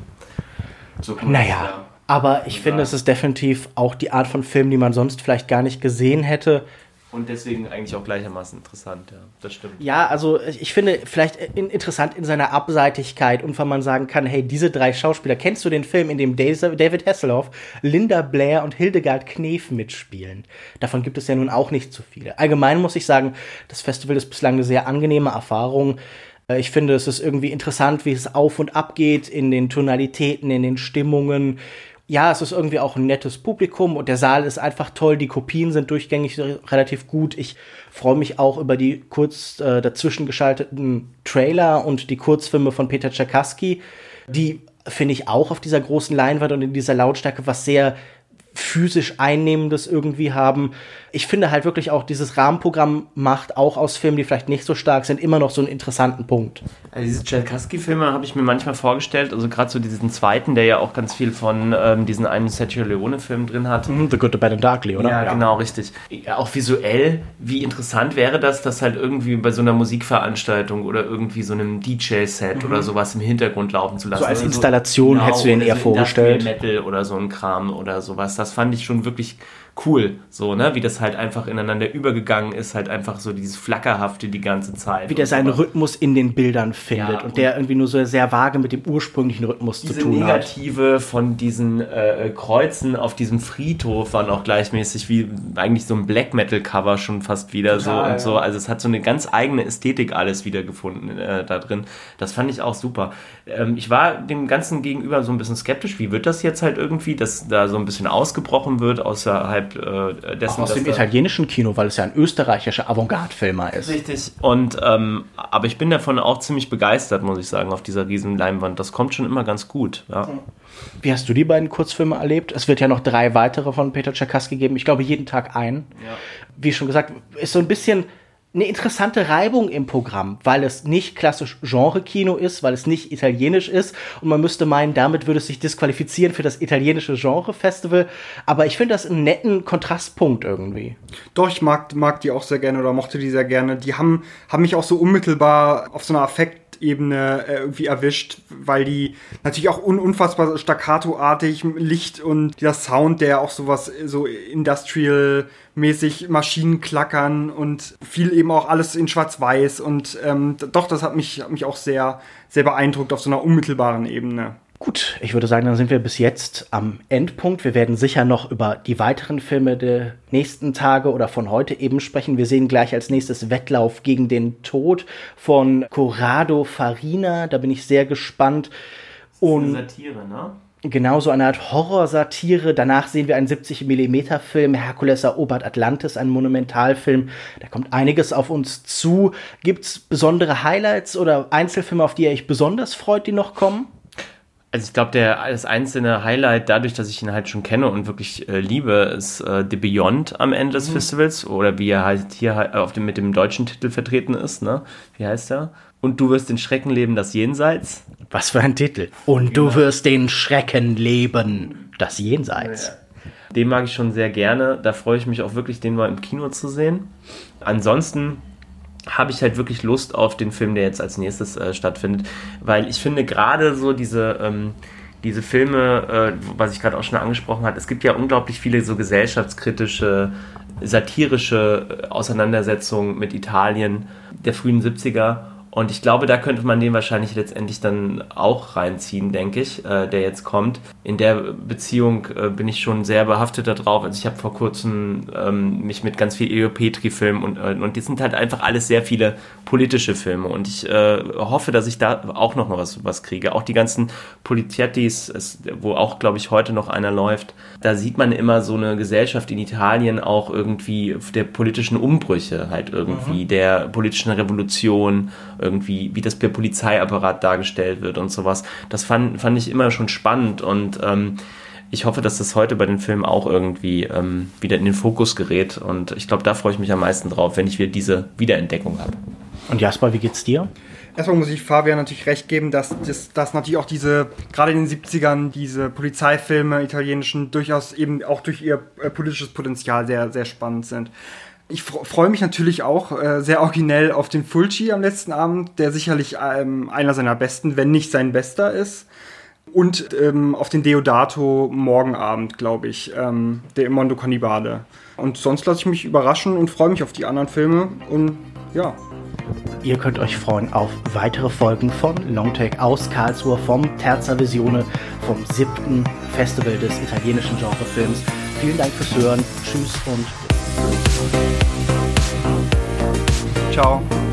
So naja, aber ich finde, es ist definitiv auch die Art von Film, die man sonst vielleicht gar nicht gesehen hätte. Und deswegen eigentlich auch gleichermaßen interessant, ja, das stimmt. Ja, also ich finde vielleicht in, interessant in seiner Abseitigkeit und wenn man sagen kann, hey, diese drei Schauspieler, kennst du den Film, in dem David Hasselhoff, Linda Blair und Hildegard Knef mitspielen? Davon gibt es ja nun auch nicht so viele. Allgemein muss ich sagen, das Festival ist bislang eine sehr angenehme Erfahrung. Ich finde, es ist irgendwie interessant, wie es auf und ab geht in den Tonalitäten, in den Stimmungen. Ja, es ist irgendwie auch ein nettes Publikum und der Saal ist einfach toll. Die Kopien sind durchgängig relativ gut. Ich freue mich auch über die kurz äh, dazwischen geschalteten Trailer und die Kurzfilme von Peter Czerkaski. Die finde ich auch auf dieser großen Leinwand und in dieser Lautstärke was sehr physisch Einnehmendes irgendwie haben. Ich finde halt wirklich auch, dieses Rahmenprogramm macht auch aus Filmen, die vielleicht nicht so stark sind, immer noch so einen interessanten Punkt. Also diese Czerkaski-Filme habe ich mir manchmal vorgestellt, also gerade so diesen zweiten, der ja auch ganz viel von ähm, diesen einen Sergio Leone-Film drin hat. Mm, The Good, The Bad and Darkly, oder? Ja, ja, genau, richtig. Ja, auch visuell, wie interessant wäre das, dass halt irgendwie bei so einer Musikveranstaltung oder irgendwie so einem D J-Set mhm. oder sowas im Hintergrund laufen zu lassen. So als also Installation genau, hättest du den eher so vorgestellt. Metal oder so ein Kram oder sowas. Das fand ich schon wirklich cool, so, ne, wie das halt einfach ineinander übergegangen ist, halt einfach so dieses Flackerhafte die ganze Zeit. Wie der seinen Rhythmus in den Bildern findet ja, und, und der irgendwie nur so sehr vage mit dem ursprünglichen Rhythmus zu tun hat. Diese Negative von diesen äh, Kreuzen auf diesem Friedhof waren auch gleichmäßig wie eigentlich so ein Black Metal Cover schon fast wieder. Total, so und ja. so, also es hat so eine ganz eigene Ästhetik alles wiedergefunden äh, da drin. Das fand ich auch super. Ähm, ich war dem Ganzen gegenüber so ein bisschen skeptisch, wie wird das jetzt halt irgendwie, dass da so ein bisschen ausgebrochen wird außerhalb äh, dessen, auch aus dem italienischen Kino, weil es ja ein österreichischer Avantgarde-Filmer ist. Richtig. Und ähm, aber ich bin davon auch ziemlich begeistert, muss ich sagen, auf dieser riesen Leinwand. Das kommt schon immer ganz gut. Ja. Wie hast du die beiden Kurzfilme erlebt? Es wird ja noch drei weitere von Peter Czerkaski geben. Ich glaube, jeden Tag einen. Ja. Wie schon gesagt, ist so ein bisschen eine interessante Reibung im Programm, weil es nicht klassisch Genre-Kino ist, weil es nicht italienisch ist und man müsste meinen, damit würde es sich disqualifizieren für das italienische Genre-Festival, aber ich finde das einen netten Kontrastpunkt irgendwie. Doch, ich mag, mag die auch sehr gerne oder mochte die sehr gerne. Die haben, haben mich auch so unmittelbar auf so einer Affektebene äh, irgendwie erwischt, weil die natürlich auch un- unfassbar staccatoartig, Licht und dieser Sound, der auch sowas so industrial mäßig Maschinen klackern und viel eben auch alles in Schwarz-Weiß und ähm, doch, das hat mich, hat mich auch sehr, sehr beeindruckt auf so einer unmittelbaren Ebene. Gut, ich würde sagen, dann sind wir bis jetzt am Endpunkt. Wir werden sicher noch über die weiteren Filme der nächsten Tage oder von heute eben sprechen. Wir sehen gleich als nächstes Wettlauf gegen den Tod von Corrado Farina. Da bin ich sehr gespannt. Und das ist eine Satire, ne? Genau, so eine Art Horrorsatire. Danach sehen wir einen siebzig Millimeter Film, Herkules erobert Atlantis, ein Monumentalfilm. Da kommt einiges auf uns zu. Gibt's besondere Highlights oder Einzelfilme, auf die ihr euch besonders freut, die noch kommen? Also ich glaube, der das einzelne Highlight, dadurch, dass ich ihn halt schon kenne und wirklich äh, liebe, ist äh, The Beyond am Ende des mhm. Festivals. Oder wie er halt hier halt auf dem, mit dem deutschen Titel vertreten ist, ne? Wie heißt er? Und du wirst den Schrecken leben, das Jenseits. Was für ein Titel. Und genau. Du wirst den Schrecken leben, das Jenseits. Ja. Den mag ich schon sehr gerne. Da freue ich mich auch wirklich, den mal im Kino zu sehen. Ansonsten habe ich halt wirklich Lust auf den Film, der jetzt als nächstes äh, stattfindet, weil ich finde gerade so diese, ähm, diese Filme, äh, was ich gerade auch schon angesprochen habe, es gibt ja unglaublich viele so gesellschaftskritische, satirische Auseinandersetzungen mit Italien der frühen siebziger. Und ich glaube, da könnte man den wahrscheinlich letztendlich dann auch reinziehen, denke ich, äh, der jetzt kommt. In der Beziehung äh, bin ich schon sehr behaftet darauf. Also ich habe vor kurzem ähm, mich mit ganz viel Elio Petri-Filmen und, äh, und die sind halt einfach alles sehr viele politische Filme. Und ich äh, hoffe, dass ich da auch noch mal was, was kriege. Auch die ganzen Politiettis, es, wo auch, glaube ich, heute noch einer läuft, da sieht man immer so eine Gesellschaft in Italien auch irgendwie der politischen Umbrüche halt irgendwie, mhm. der politischen Revolution, irgendwie, wie das per Polizeiapparat dargestellt wird und sowas. Das fand, fand ich immer schon spannend und ähm, ich hoffe, dass das heute bei den Filmen auch irgendwie ähm, wieder in den Fokus gerät und ich glaube, da freue ich mich am meisten drauf, wenn ich wieder diese Wiederentdeckung habe. Und Jasper, wie geht's dir? Erstmal muss ich Fabian natürlich recht geben, dass, dass, dass natürlich auch diese, gerade in den siebzigern, diese Polizeifilme, italienischen, durchaus eben auch durch ihr äh, politisches Potenzial sehr, sehr spannend sind. Ich freue mich natürlich auch äh, sehr originell auf den Fulci am letzten Abend, der sicherlich ähm, einer seiner besten, wenn nicht sein bester ist. Und ähm, auf den Deodato morgen Abend, glaube ich, ähm, der im Mondo Cannibale. Und sonst lasse ich mich überraschen und freue mich auf die anderen Filme. Und ja. Ihr könnt euch freuen auf weitere Folgen von Longtake aus Karlsruhe, vom Terza Visione, vom siebten Festival des italienischen Genrefilms. Vielen Dank fürs Hören. Tschüss und ciao.